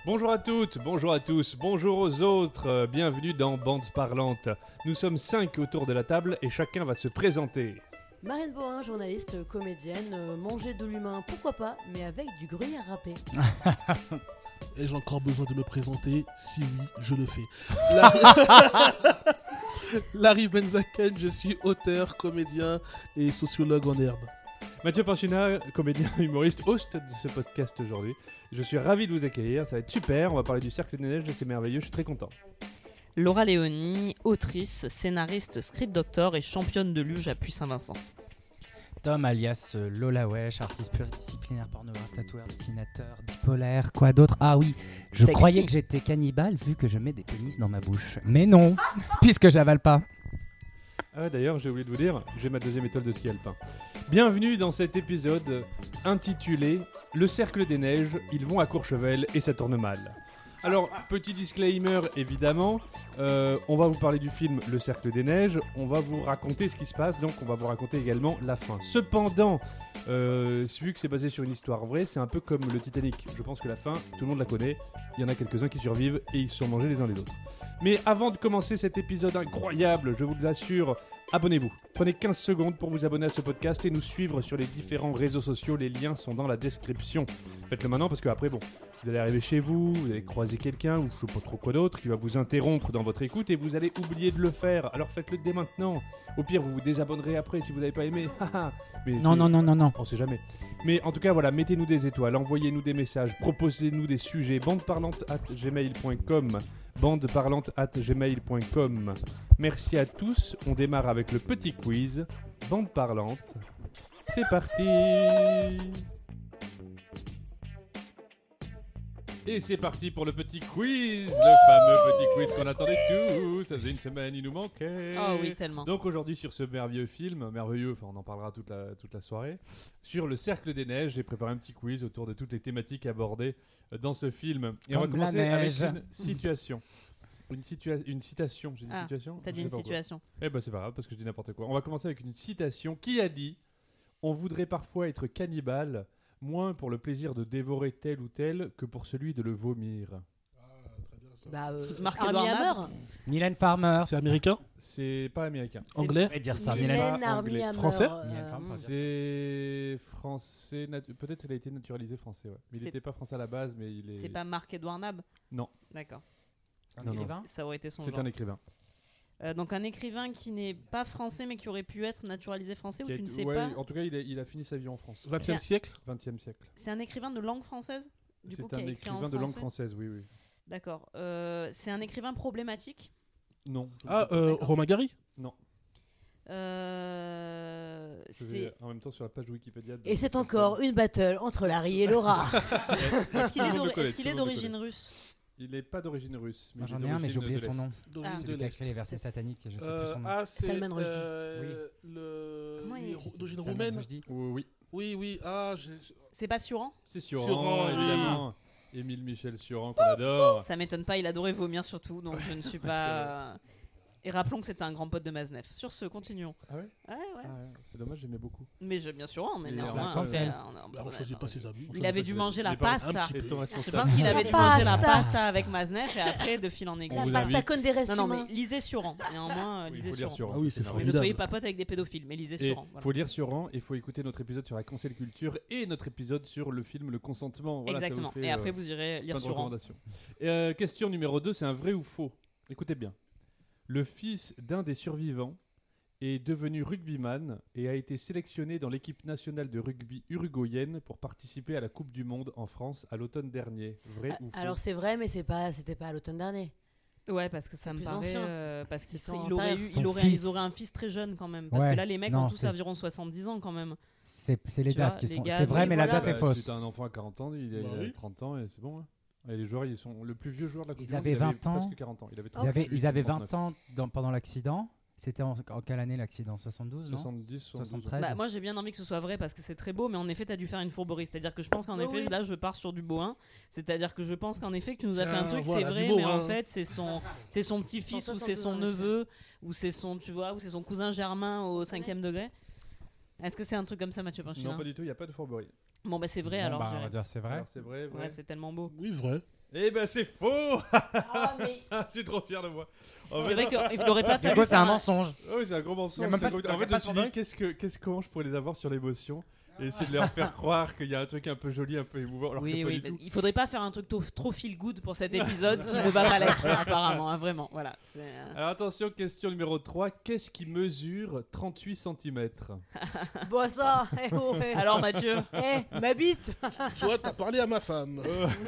Bonjour à toutes, bonjour à tous, bonjour aux autres, bienvenue dans Bande Parlante. Nous sommes 5 autour de la table et chacun va se présenter. Marine Bohin, journaliste, comédienne, manger de l'humain, pourquoi pas, mais avec du gruyère râpé. Ai-je encore besoin de me présenter? Si oui, je le fais. Larry Benzaken, je suis auteur, comédien et sociologue en herbe. Mathieu Panchina, comédien, humoriste, host de ce podcast aujourd'hui. Je suis ravi de vous accueillir, ça va être super, on va parler du Cercle des Neiges et c'est merveilleux, je suis très content. Laura Léonie, autrice, scénariste, script doctor et championne de luge à Puy-Saint-Vincent. Tom alias Lola Wesh, artiste pluridisciplinaire, pornographe, tatoueur, dessinateur, bipolaire, quoi d'autre? Ah oui, je Sexy. croyais que j'étais cannibale vu que je mets des pénis dans ma bouche. Mais non, puisque j'avale pas. Ah ouais, d'ailleurs, j'ai oublié de vous dire, j'ai ma deuxième étoile de ski alpin. Bienvenue dans cet épisode intitulé « Le Cercle des Neiges, ils vont à Courchevel et ça tourne mal ». Alors, petit disclaimer évidemment, on va vous parler du film Le Cercle des Neiges, on va vous raconter ce qui se passe, donc on va vous raconter également la fin. Cependant, vu que c'est basé sur une histoire vraie, c'est un peu comme le Titanic. Je pense que la fin, tout le monde la connaît, il y en a quelques-uns qui survivent et ils se sont mangés les uns les autres. Mais avant de commencer cet épisode incroyable, je vous l'assure, abonnez-vous. Prenez 15 secondes pour vous abonner à ce podcast et nous suivre sur les différents réseaux sociaux, les liens sont dans la description. Faites-le maintenant parce qu'après, bon, vous allez arriver chez vous, vous allez croiser quelqu'un ou je sais pas trop quoi d'autre qui va vous interrompre dans votre écoute et vous allez oublier de le faire. Alors faites-le dès maintenant. Au pire, vous vous désabonnerez après si vous n'avez pas aimé. Mais Non. on sait jamais. Mais en tout cas, voilà, mettez-nous des étoiles, envoyez-nous des messages, proposez-nous des sujets. bandeparlante@gmail.com bandeparlante@gmail.com. Merci à tous. On démarre avec le petit quiz. Bande parlante. C'est parti. Et c'est parti pour le petit quiz, le fameux petit quiz qu'on attendait tous. Ça faisait une semaine, il nous manquait. Oh oui, tellement. Donc aujourd'hui sur ce merveilleux film, enfin on en parlera toute la soirée, sur le Cercle des Neiges, j'ai préparé un petit quiz autour de toutes les thématiques abordées dans ce film. Et on va Comme la commencer avec neige. une situation. Une citation, j'ai dit situation? T'as dit Je une sais pas situation. pourquoi. Eh ben c'est pas grave parce que je dis n'importe quoi. On va commencer avec une citation qui a dit « On voudrait parfois être cannibale, moins pour le plaisir de dévorer tel ou tel que pour celui de le vomir. » Bah, Marc Armie Edouard Hammer. Mylène Farmer. C'est américain? C'est pas américain. Anglais? Et dire ça, Mylène pas Armie anglais. Hammer. Français Mylène Farmer. C'est français, peut-être il a été naturalisé français, ouais. Mais il C'est- n'était pas français à la base, mais il est... C'est pas Marc Edouard Nab? Non. D'accord. Non, non. écrivain. Ça aurait été son C'est genre. un écrivain. Donc un écrivain qui n'est pas français mais qui aurait pu être naturalisé français ou Qui a tu ne été- sais ouais, pas. En tout cas, il a fini sa vie en France. 20e siècle? 20e siècle. C'est un écrivain de langue française du coup, C'est qui un a écrit en écrivain de langue français française, oui, oui. D'accord. C'est un écrivain problématique. Non. Ah, D'accord. Romain Gary? Non. Je C'est... vais en même temps sur la page Wikipédia. Et c'est encore une battle entre Larry et Laura. Est-ce qu'il est, Tout le monde le connaît, est-ce qu'il tout est le monde le d'origine connaît. russe? Il n'est pas d'origine russe. Moi il j'en est ai un, mais j'ai d'origine oublié de son nom. l'Est. D'origine Celui de qui a écrit les l'Est. versets sataniques, je sais plus son nom. C'est Salman Rushdie. Comment il est- d'origine Salman roumaine? Rushdie. Oui, Oui, C'est pas Suran? c'est Sioran, Sioran, évidemment. Émile Michel Sioran qu'on adore. Ça m'étonne pas, il adorait vomir surtout, donc je ne suis pas... Et rappelons que c'était un grand pote de Maznev. Sur ce, continuons. Ah ouais, Ouais. Ah ouais, c'est dommage, j'aimais beaucoup. Mais bien sûr, on est Il est néanmoins... en cantine. On choisit pas ses amis. Il avait dû manger la Il est pas- pasta. un petit Et ton Je responsable. pense qu'il avait La dû manger la pasta. pasta avec Maznev et après de fil en aiguille. On vous La pasta invite. con des restes Non, mais humains. lisez Suran. Néanmoins, Oui, il lisez faut lire Suran. Sioran. Ah oui, c'est énorme. Mais ne formidable. soyez pas potes avec des pédophiles, mais lisez Et Suran. faut lire Sioran, il faut écouter notre épisode sur la cancel culture et notre épisode sur le film Le Consentement. Voilà, ça vous Exactement. fait, Et après, vous irez lire plein de Suran. recommandations. Question numéro 2, c'est un vrai ou faux? Écoutez bien. Le fils d'un des survivants est devenu rugbyman et a été sélectionné dans l'équipe nationale de rugby uruguayenne pour participer à la Coupe du Monde en France à l'automne dernier. Vrai ou faux? Alors c'est vrai, mais c'était pas à l'automne dernier. Ouais, parce que ça me plus paraît. ancien. Parce qu'il Ils sont serait- en il aurait terre. eu, Son il aurait, fils. ils auraient un fils très jeune quand même. Parce Ouais. que là, les mecs Non, ont tous c'est- environ 70 ans quand même. C'est les Tu vois, dates qui les sont. gars, C'est vrai, oui, mais voilà. la date est Si fausse. t'as un enfant à 40 ans, il Bah a oui. 30 ans et c'est bon. Hein. Et les joueurs, ils sont le plus vieux joueur de la Coupe Ils du Monde, avaient il 20 ans. presque 40 ans. Il avait Ils avaient 39. 20 ans pendant l'accident. C'était en quelle année l'accident? 72, non? 70, 72. 73. Bah, moi, j'ai bien envie que ce soit vrai parce que c'est très beau, mais en effet, tu as dû faire une fourberie. C'est-à-dire que je pense qu'en Oui, effet, oui. là, je pars sur du beau. C'est-à-dire que je pense qu'en effet, que tu nous as fait un Tiens, truc, voilà, c'est du vrai, beau, mais en hein. fait, c'est son petit-fils ou c'est 162 son en effet. neveu ou c'est son, tu vois, ou c'est son cousin Germain au 5e degré. Est-ce que c'est un truc comme ça, Mathieu Panchina? Non, pas du tout, il n'y a pas de fourberie. Bon, bah c'est vrai Bon, alors, bah, je on va dirais. dire c'est vrai. Alors, c'est vrai, vrai. Ouais, c'est tellement beau. Oui, vrai. Eh ben c'est faux. Ah, mais Je suis trop fier de moi. En C'est fait- vrai qu'il n'aurait pas Du fallu coup, c'est faire un mensonge. Ah oui, c'est un gros mensonge. Y a même c'est pas un de- gros- En y a fait, pas je me de suis dit, comment je pourrais les avoir sur l'émotion et essayer de leur faire croire qu'il y a un truc un peu joli, un peu émouvant, alors Oui, que pas oui, du tout. il faudrait pas faire un truc trop feel good pour cet épisode qui ne va pas l'être apparemment, hein, vraiment. Voilà. Alors attention, question numéro 3. Qu'est-ce qui mesure 38 cm? bon, ça, Alors Mathieu, ma bite. Toi, t'as parlé à ma femme.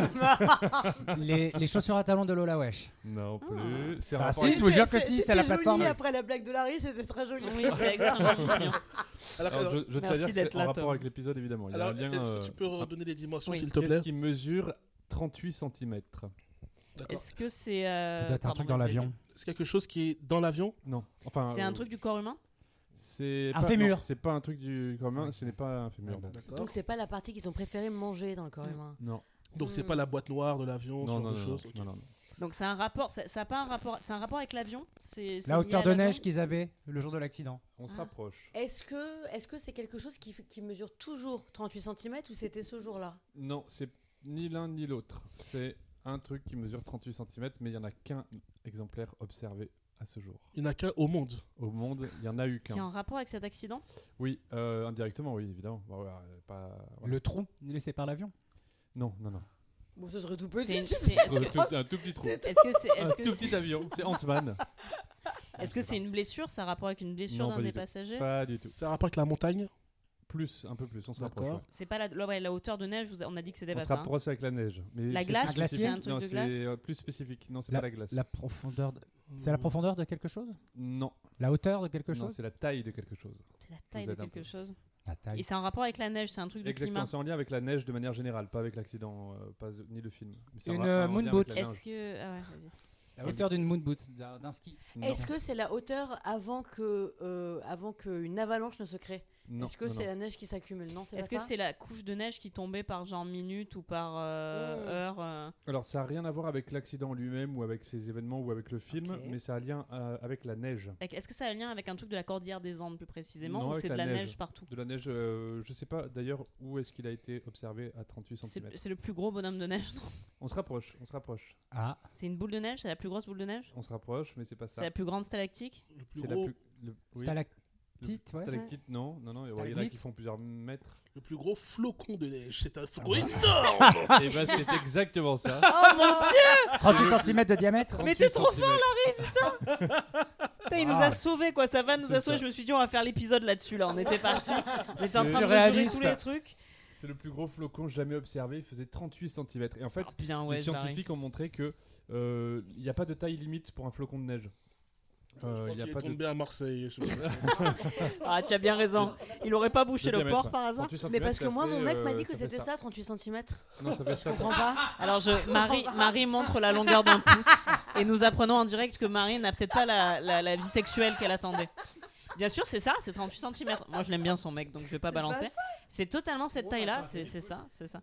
Les chaussures à talons de Lola Wesh. Non plus. C'est Ah, rapport si, avec- je vous jure que si, c'est la C'était plateforme. joli après la blague de Larry, c'était très joli. oui, c'est extrêmement mignon. Alors, je tiens à Merci dire que d'être c'est là, en rapport Tom. avec l'épisode, évidemment. Il y a alors, un lien, est-ce que tu peux redonner les dimensions, oui. s'il te plaît? Qu'est-ce qui mesure 38 cm? D'accord. Est-ce que c'est. Ça doit être un pardon, truc dans vas-y, l'avion. C'est quelque chose qui est dans l'avion? Non. Enfin, C'est un truc du corps humain? C'est Un pas- fémur. non, c'est pas un truc du commun, ce n'est pas un fémur. non. D'accord. Donc c'est pas la partie qu'ils ont préféré manger dans le corps humain. Non. Donc c'est pas la boîte noire de l'avion, ce Non, genre non, de non, choses. non, non, non. Donc c'est un rapport. Ça a pas un rapport. C'est un rapport avec l'avion? C'est La lié hauteur à de l'avion neige qu'ils avaient le jour de l'accident. On se Ah. rapproche. Est-ce que c'est quelque chose qui mesure toujours 38 cm ou c'était ce jour-là? Non, c'est ni l'un ni l'autre. C'est un truc qui mesure 38 cm, mais il n'y en a qu'un exemplaire observé à ce jour. Il n'y en a qu'un au monde. Au monde, il n'y en a eu Qui est qu'un. en rapport avec cet accident? Oui, indirectement, oui, évidemment. Bah, ouais, pas... voilà. Le trou laissé par l'avion. Non, non, non. Bon, ce serait tout C'est petit. une- tu sais, c'est- c'est Un tout petit trou. c'est- Est-ce que c'est Un tout petit avion. C'est Ant-Man. est-ce que c'est une blessure? Ça a rapport avec une blessure Non, d'un pas des du tout. passagers? Pas du tout. C'est un rapport avec la montagne? Plus, un peu plus, on se D'accord. rapproche. Ouais. C'est pas la hauteur de neige. On a dit que c'était On pas se ça. hein. rapproche avec la neige. Mais La c'est glace, plus c'est spécifique. un truc Non, de glace c'est plus spécifique. Non, c'est pas la glace. La profondeur. C'est la profondeur de quelque chose? Non, La hauteur de quelque non, chose? c'est la taille de quelque chose. C'est la taille Vous de êtes un quelque peu. chose. La taille. Et c'est en rapport avec la neige. C'est un truc de Exactement, climat. c'est en lien avec la neige de manière générale, pas avec l'accident, ni le film. Mais c'est Une, en lien moon avec boot. la neige. Est-ce que ah ouais, vas-y. La hauteur d'une moon boot, d'un ski. Non. Est-ce que c'est la hauteur avant qu'une avalanche ne se crée? Non, Est-ce que non, c'est non. la neige qui s'accumule? Non, c'est Est-ce pas que ça. c'est la couche de neige qui tombait par genre minute ou par heure Alors ça n'a rien à voir avec l'accident lui-même ou avec ces événements ou avec le film, Ok. mais ça a un lien avec la neige. Est-ce que ça a un lien avec un truc de la cordillère des Andes plus précisément Non, ou avec c'est de la la neige. neige partout? De la neige, je sais pas d'ailleurs où est-ce qu'il a été observé à 38 cm. C'est le plus gros bonhomme de neige, non? On se rapproche, on se rapproche. Ah, C'est une boule de neige? C'est la plus grosse boule de neige? On se rapproche, mais c'est pas C'est ça. la plus grande stalactique? Le plus C'est gros, oui. stalactite, ouais. Stalactite, non, non, non, il y en a Stalagmite. qui font plusieurs mètres. le plus gros flocon de neige. C'est un flocon ouais. énorme. Et bah c'est exactement ça. Oh mon dieu! 38 cm de diamètre. Mais t'es 38 trop centimètres. Putain, il nous a sauvés quoi, ça va nous C'est a sauvés. ça. Je me suis dit, on va faire l'épisode là-dessus là. On était parti. On était en train C'est de mesurer surréaliste. tous les trucs. C'est le plus gros flocon jamais observé, il faisait 38 cm. Et en fait, Oh, bien, ouais, les je varie. scientifiques ont montré que il n'y a pas de taille limite pour un flocon de neige. Je crois Il y a qu'il pas est de tombé à Marseille. Ah, tu as bien raison. Il aurait pas bouché le diamètre. port par hasard? 38 Mais parce ça que moi, fait, mon mec m'a dit que ça fait c'était ça, 38 cm. Non, ça fait ça. Je comprends pas. Alors, Marie montre la longueur d'un pouce et nous apprenons en direct que Marie n'a peut-être pas la vie sexuelle qu'elle attendait. Bien sûr, c'est ça, c'est 38 cm. Moi, je l'aime bien son mec, donc je vais pas balancer. C'est totalement cette taille-là, c'est ça, c'est ça.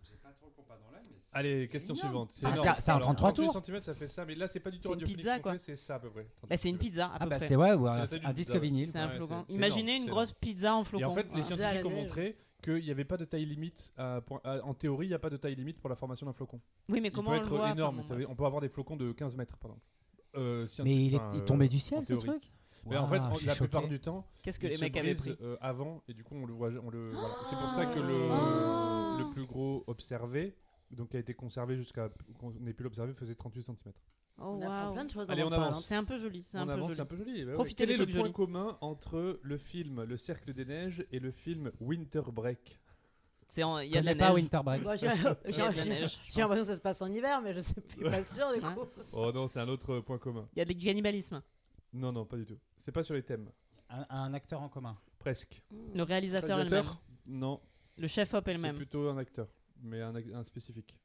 Allez, question énorme. suivante. C'est un énorme. quart- c'est un Alors, 33 tours. 38 cm, ça fait ça, mais là, c'est pas du tout C'est une radiophonique. pizza, ce qu'on quoi. fait, C'est ça à peu près. 38 Bah, c'est une cm. pizza à Ah peu bah près. c'est ouais, ou C'est un, la taille d'une un disque pizza, ouais. vinyle. C'est un Ouais, flocon. c'est Imaginez énorme, une c'est grosse pizza en flocon. Et en fait, les Pizza à scientifiques la ont neige. montré qu'il n'y avait pas de taille limite. En théorie, il n'y a pas de taille limite pour la formation d'un flocon. Oui, mais Il comment peut on le être voit? énorme. Enfin, Vous savez, on peut avoir des flocons de 15 mètres, par exemple. Mais il est tombé du en ciel ce théorie. truc. Mais en fait, Waouh, je suis la plupart choqué. du temps, Qu'est-ce que il les se mecs avaient brise, pris? avant, et du coup, on le voit. Voilà. C'est pour ça que Oh. le plus gros observé, donc qui a été conservé jusqu'à qu'on ait pu l'observer, faisait 38 cm. Oh On apprend waouh. plein de choses. Allez, dans on Parle, avance. hein. C'est un peu joli, c'est un On peu avance, joli. c'est un peu joli. Bah ouais. Profitez Quel des est le trucs point jolis. commun entre le film Le Cercle des Neiges et le film Winter Break? Il y a de la Connais pas neige. Winter Break. Bon, Il y a de la neige. j'ai l'impression que ça se passe en hiver, mais je sais plus, pas sûr du coup. Oh non, c'est un autre point commun. Il y a du cannibalisme. Non, non, pas du tout. C'est pas sur les thèmes. Un acteur en commun. Presque. Le réalisateur elle-même. Réalisateur. Non, Le chef-op c'est elle-même. plutôt un acteur, mais un spécifique.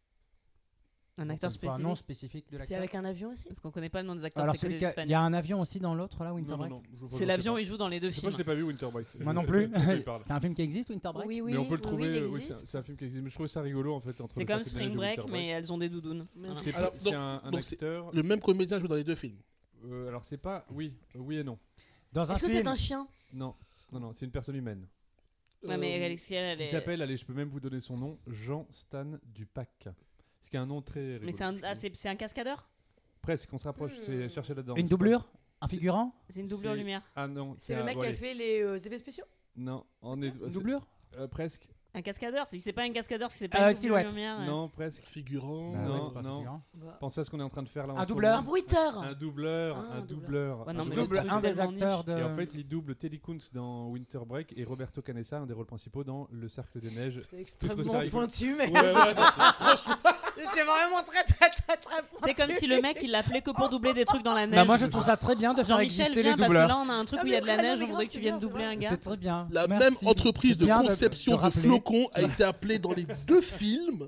Un acteur Donc, il faut un spécifique. nom spécifique de C'est l'acteur. avec un avion aussi. Parce qu'on connaît pas le nom des acteurs, Alors c'est que celui des qui a- il y espagnols. a un avion aussi dans l'autre là, Winter Non, non, Break. non. C'est l'avion, il joue dans les deux Je sais pas, films. je l'ai pas vu Winter Break. Moi non Je sais plus. pas de quoi il parle. C'est un film qui existe, Winter Break. Oui, oui. Mais on peut le oui, trouver. il Oui, existe. c'est un film qui existe. Mais je trouve ça rigolo en fait. Entre C'est le comme Cercle des Spring Neiges et Break, Winter mais elles ont des doudounes. Mais Voilà. C'est Alors, c'est un donc c'est acteur. Le même comédien joue dans les deux films. Alors c'est pas. Oui et non. Dans un Est-ce que c'est film. un chien? Non, non, non. C'est une personne humaine. Ouais, mais Alexia, elle Qui est. s'appelle, allez, je peux même vous donner son nom, Jean Stan Dupac. Ce qui est un nom très rigolo. Mais c'est un, je ah, trouve. c'est un cascadeur. Presque, on se rapproche, c'est chercher là-dedans. Une c'est pas- doublure? Un figurant? C'est une doublure C'est- lumière. Ah non, C'est le un mec qui a relais. fait les effets spéciaux. Non, on est... Une doublure? presque. Un cascadeur. Si c'est pas un cascadeur, si c'est pas une doublure Silhouette. lumière. Non, presque. Figurant. Bah Non, ouais, c'est pas non. figurant. Bah. Pensez à ce qu'on est en train de faire là. en Un ce doubleur. Un moment. bruiteur. Un doubleur. Ah, un un doubleur. Ouais, non, un mais doubleur. le Un truc des tellement acteurs niche. de. Et en fait, il double Teddy Kuntz dans Winter Break et Roberto Canessa, un des rôles principaux dans Le Cercle des Neiges. C'est ça extrêmement rigole. pointu, mais Ouais, ouais, non, franchement. c'était vraiment très pointu. C'est comme si le mec il l'appelait que pour doubler des trucs dans la neige. Bah moi je trouve ça très bien de faire Jean-Michel, exister les viens parce que là doubleurs. on a un truc Ah, où il y a de la mais- neige, mais on voudrait grave, que tu c'est viennes bien, doubler c'est un gars. C'est très bien. La Merci. même entreprise C'est de bien conception de rappeler. flocons a été appelée dans les 2 films.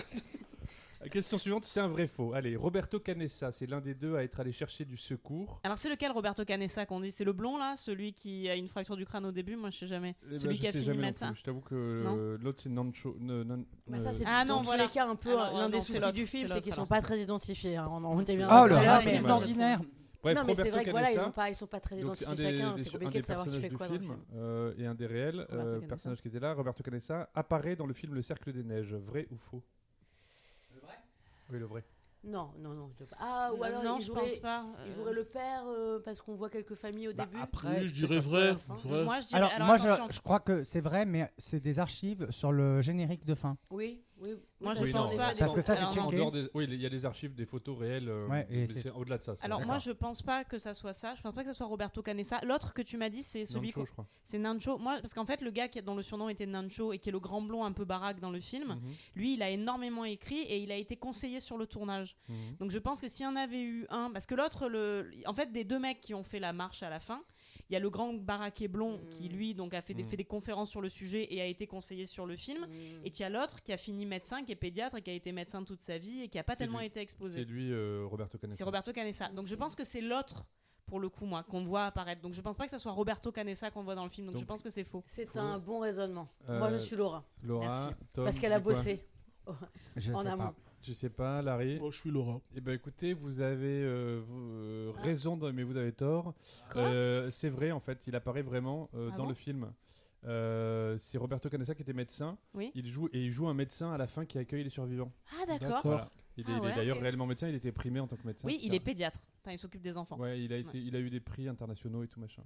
La question suivante, c'est un vrai faux. Allez, Roberto Canessa, c'est l'un des deux à être allé chercher du secours. Alors c'est lequel Roberto Canessa qu'on dit? C'est le blond là, celui qui a une fracture du crâne au début? Moi je sais jamais. Eh ben, Celui je qui a sais fini jamais non médecin. plus. Je t'avoue que l'autre c'est Nancho. Bah, ça, c'est Ah non, dans tous voilà. les cas un peu Alors, l'un non, des c'est soucis l'autre, du film, c'est c'est qu'ils l'autre, sont alors. pas très identifiés. Hein. On était bien Oh le d'accord, mais- racisme mais- ordinaire. Bref, Non, mais c'est Roberto vrai que voilà, Canessa, ils sont pas très donc, identifiés chacun. C'est compliqué de savoir qui fait quoi dans le film film. et un des réels Roberto Canessa. personnages qui étaient là, Roberto Canessa, apparaît dans le film Le Cercle des Neiges. Vrai ou faux? Le vrai? Oui, le vrai. Non, je sais pas. Ah, ou alors non, il je jouerait, pense pas. il jouerait le père parce qu'on voit quelques familles au Bah, début. après, Oui, je c'est dirais pas trop à vrai. la fin. vrai. Moi je dirais. Alors, Alors moi attention. je crois que c'est vrai, mais c'est des archives sur le générique de fin. Oui. Moi, je Oui, pense non, pas. parce que ça, Alors, j'ai non. En checké. dehors des... Oui, il y a des archives, des photos réelles, Ouais, et mais c'est- c'est au-delà de ça. c'est Alors vrai. moi je pense pas que ça soit ça. Je pense pas que ça soit Roberto Canessa. L'autre que tu m'as dit c'est celui Nancho, je crois. c'est Nancho. Moi parce qu'en fait le gars dont le surnom était Nancho et qui est le grand blond un peu baraque dans le film, Mhm, lui il a énormément écrit et il a été conseillé sur le tournage. mhm. Donc je pense que s'il y en avait eu un, parce que l'autre, en fait des deux mecs qui ont fait la marche à la fin, il y a le grand baraquet blond qui lui donc a fait Mm. fait des conférences sur le sujet et a été conseillé sur le film. Mm. Et tu as l'autre qui a fini médecin, qui est pédiatre et qui a été médecin toute sa vie et qui a pas C'est tellement lui. été exposé. C'est lui, Roberto Canessa. C'est Roberto Canessa. Donc je pense que c'est l'autre, pour le coup, moi, qu'on voit apparaître. Donc je pense pas que ça soit Roberto Canessa qu'on voit dans le film. Donc je Donc- pense que c'est faux. C'est Faux. un bon raisonnement. Moi, je suis Laura. Laura, Merci. Tom, Parce qu'elle a dis quoi? bossé Je en sais amont. pas. Je sais pas, Larry. Moi, je suis Laura. Eh ben écoutez, vous avez raison, mais vous avez tort. Quoi C'est vrai, en fait, il apparaît vraiment Ah dans bon le film. C'est Roberto Canessa qui était médecin. Oui. Il joue un médecin à la fin qui accueille les survivants. Ah d'accord. Voilà. Il est, Ah il est ouais, d'ailleurs ok. réellement médecin. Il était primé en tant que médecin. Oui, il est etc. pédiatre. Enfin, il s'occupe des enfants. Ouais, il a eu des prix internationaux et tout machin.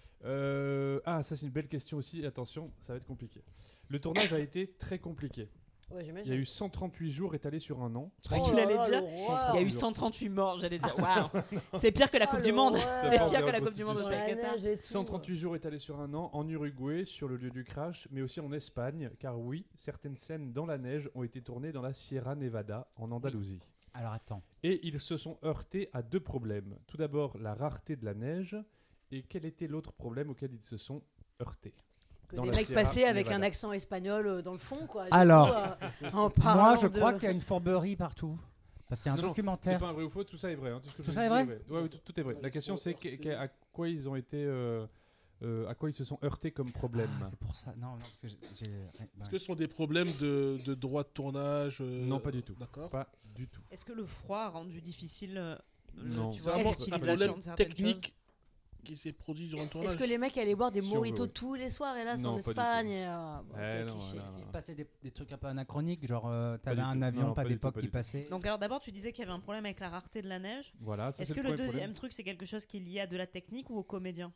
Ça c'est une belle question aussi. Attention, ça va être compliqué. Le tournage a été très compliqué. Ouais, Il j'imagine. y a eu 138 jours étalés sur un an. Je croyais qu'il allait dire. l'horreur. Il y a eu 138 morts, j'allais dire. Waouh. C'est pire que la Coupe du Monde. l'horreur. C'est Ça pire part que la de Coupe du Monde au Dans la Qatar. neige et tout. 138 jours étalés sur un an en Uruguay, sur le lieu du crash, mais aussi en Espagne, car oui, certaines scènes dans la neige ont été tournées dans la Sierra Nevada, en Andalousie. Alors attends. Et ils se sont heurtés à deux problèmes. Tout d'abord, la rareté de la neige, et quel était l'autre problème auquel ils se sont heurtés? Que Dans des la mecs Sierra passaient avec Nevada. un accent espagnol dans le fond, quoi. Du Alors, coup, en Moi parlant je de- crois qu'il y a une fourberie partout. Parce qu'il y a un Non, non, C'est documentaire. pas un vrai ou faux, tout ça est vrai. Hein, tout ce que Tout je ça vous est dis vrai Ouais, oui, tout est vrai. La question c'est à quoi ils ont été, à quoi ils se sont heurtés comme problème. Ah, c'est pour ça. Non, non, parce que j'ai. Est-ce que ce sont des problèmes de droit de tournage Non, pas du tout. D'accord. Pas du tout. Est-ce que le froid a rendu difficile Non. tu C'est vois, vraiment Est-ce un l'utilisation problème de certaines technique choses qui s'est produit durant le tournage. Est-ce que les mecs allaient boire des Si on moritos veut, oui. tous les soirs, et là, c'est Non, en pas du Espagne tout. et, Eh quel non, cliché. non, Il non. se passait des trucs un peu anachroniques, genre t'avais du un tout. avion Non, non, pas pas du d'époque tout, pas qui du tout. passait. Donc alors d'abord tu disais qu'il y avait un problème avec la rareté de la neige. Voilà, ça Est-ce c'est que le le premier deuxième problème. truc c'est quelque chose qui est lié à de la technique ou au comédien?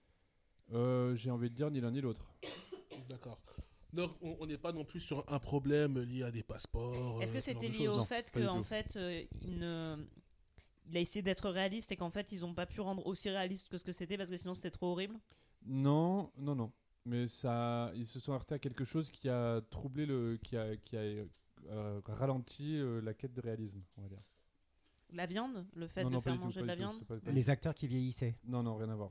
J'ai envie de dire ni l'un ni l'autre. D'accord. Donc on n'est pas non plus sur un problème lié à des passeports. Est-ce que ce genre c'était de lié choses. au Non, fait pas du qu'en tout. fait il a essayé d'être réaliste et qu'en fait ils n'ont pas pu rendre aussi réaliste que ce que c'était parce que sinon c'était trop horrible? Non, non, non. Mais ça, ils se sont heurtés à quelque chose qui a troublé qui a ralenti la quête de réalisme, on va dire. La viande? Le fait non, de non, pas faire du tout, manger pas de la du tout, viande? c'est pas- Les acteurs qui vieillissaient. Non, non, rien à voir.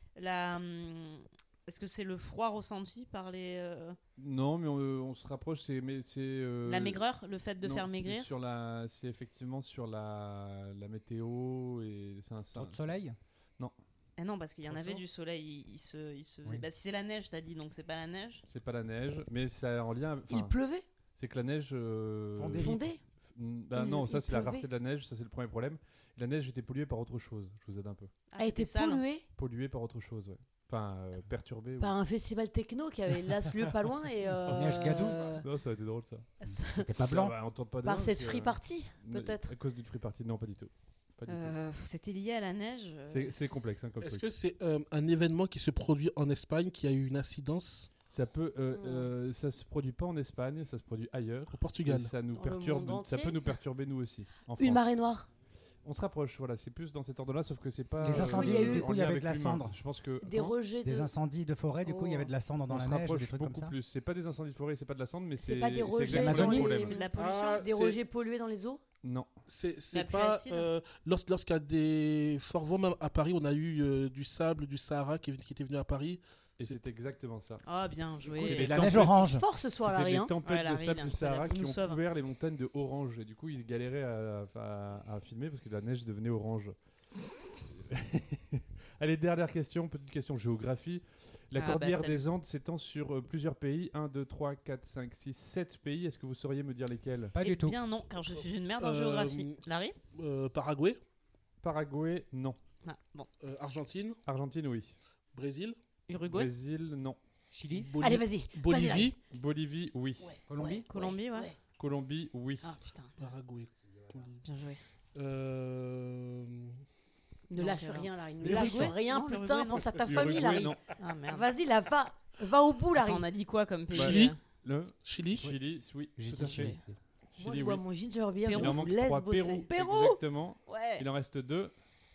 Est-ce que c'est le froid ressenti par les... Non, mais on se rapproche. C'est la maigreur? Le fait de non, faire maigrir? C'est effectivement sur la météo et c'est un Trop de soleil. Ah non, parce qu'il y en Trop avait chaud. du soleil. Il se faisait- Oui. Bah, si c'est la neige, t'as dit, donc c'est pas la neige. C'est pas la neige, mais ça en lien. Il enfin, pleuvait, c'est que la neige. Fondait. fondait. Bah Il- non, ça il c'est la pleuvait. rareté de la neige, ça c'est le premier problème. La neige était polluée par autre chose. Je vous aide un peu. Ah, A été c'était sale. pollué. Polluée par autre chose, ouais. perturbé. Par un festival techno qui avait là ce lieu pas loin et Neige Gadou. Non, ça a été drôle ça. T'es pas blanc. On tente pas par dehors, cette parce que, free party peut-être. À cause d'une free party, non, pas du tout. Pas du tout. C'était lié à la neige. C'est complexe comme Est-ce truc. que c'est un événement qui se produit en Espagne qui a eu une incidence Ça peut, ça se produit pas en Espagne, ça se produit ailleurs. au Portugal? Et ça nous Dans le perturbe, monde ça entier. peut nous perturber nous aussi. En Une France. marée noire. On se rapproche, voilà, c'est plus dans cet ordre-là, sauf que c'est pas. Les incendies, il y a eu- du coup, il y en lien avait de la l'humain. cendre. Je pense que Des rejets Des de. incendies de forêt, du coup, il y avait de la cendre dans on la se neige ou des rapproche trucs comme beaucoup ça. plus. C'est pas des incendies de forêt, c'est pas de la cendre, mais C'est c'est pas des rejets exactement dans le les- problème. C'est de la pollution. Ah, Des c'est- rejets pollués dans les eaux. Non, C'est La pluie pas acide. lorsqu'il y a des forts vents, même à Paris, on a eu du sable du Sahara qui était venu à Paris. et c'est exactement ça. Oh, bien joué. Oui, C'est mais la tempête. neige orange. Fort ce soir, C'était Larry. des Hein. tempêtes Ouais, de Larry, sable il du a- Sahara il qui nous ont sauve. couvert les montagnes de orange et du coup ils galéraient à filmer parce que la neige devenait orange. Allez, dernière question, petite question géographie. La Ah, bah, cordillère celle- des Andes s'étend sur plusieurs pays, 1, 2, 3, 4, 5, 6, 7 pays. Est-ce que vous sauriez me dire lesquels? Pas Eh du tout. bien non, car je suis une merde en Euh, géographie. Larry Paraguay, Paraguay, non. Ah, bon. Argentine, Argentine, oui. Brésil, Uruguay Brésil, non. Chili, Allez, vas-y. Bolivie, Bolivie, oui. Colombie. Colombie, ouais. Colombie, oui. Ah putain, Paraguay. bien joué. Ne Non, lâche Terrain. rien, Larry. Ne L'Uruguay lâche rien, Non, putain. l'Uruguay, non. Pense à ta Uruguay, famille, Larry. non. Ah merde. Vas-y, là, va au bout, Larry. Attends, on a dit quoi comme pays Chili. Le Chili, Chili, oui. J'ai Tout dit à fait. Chili. Moi, Chili, je bois oui. mon ginger beer. Pérou. Je Il en vous manque laisse 3. bosser. Pérou. Exactement. Ouais. Il en reste 2.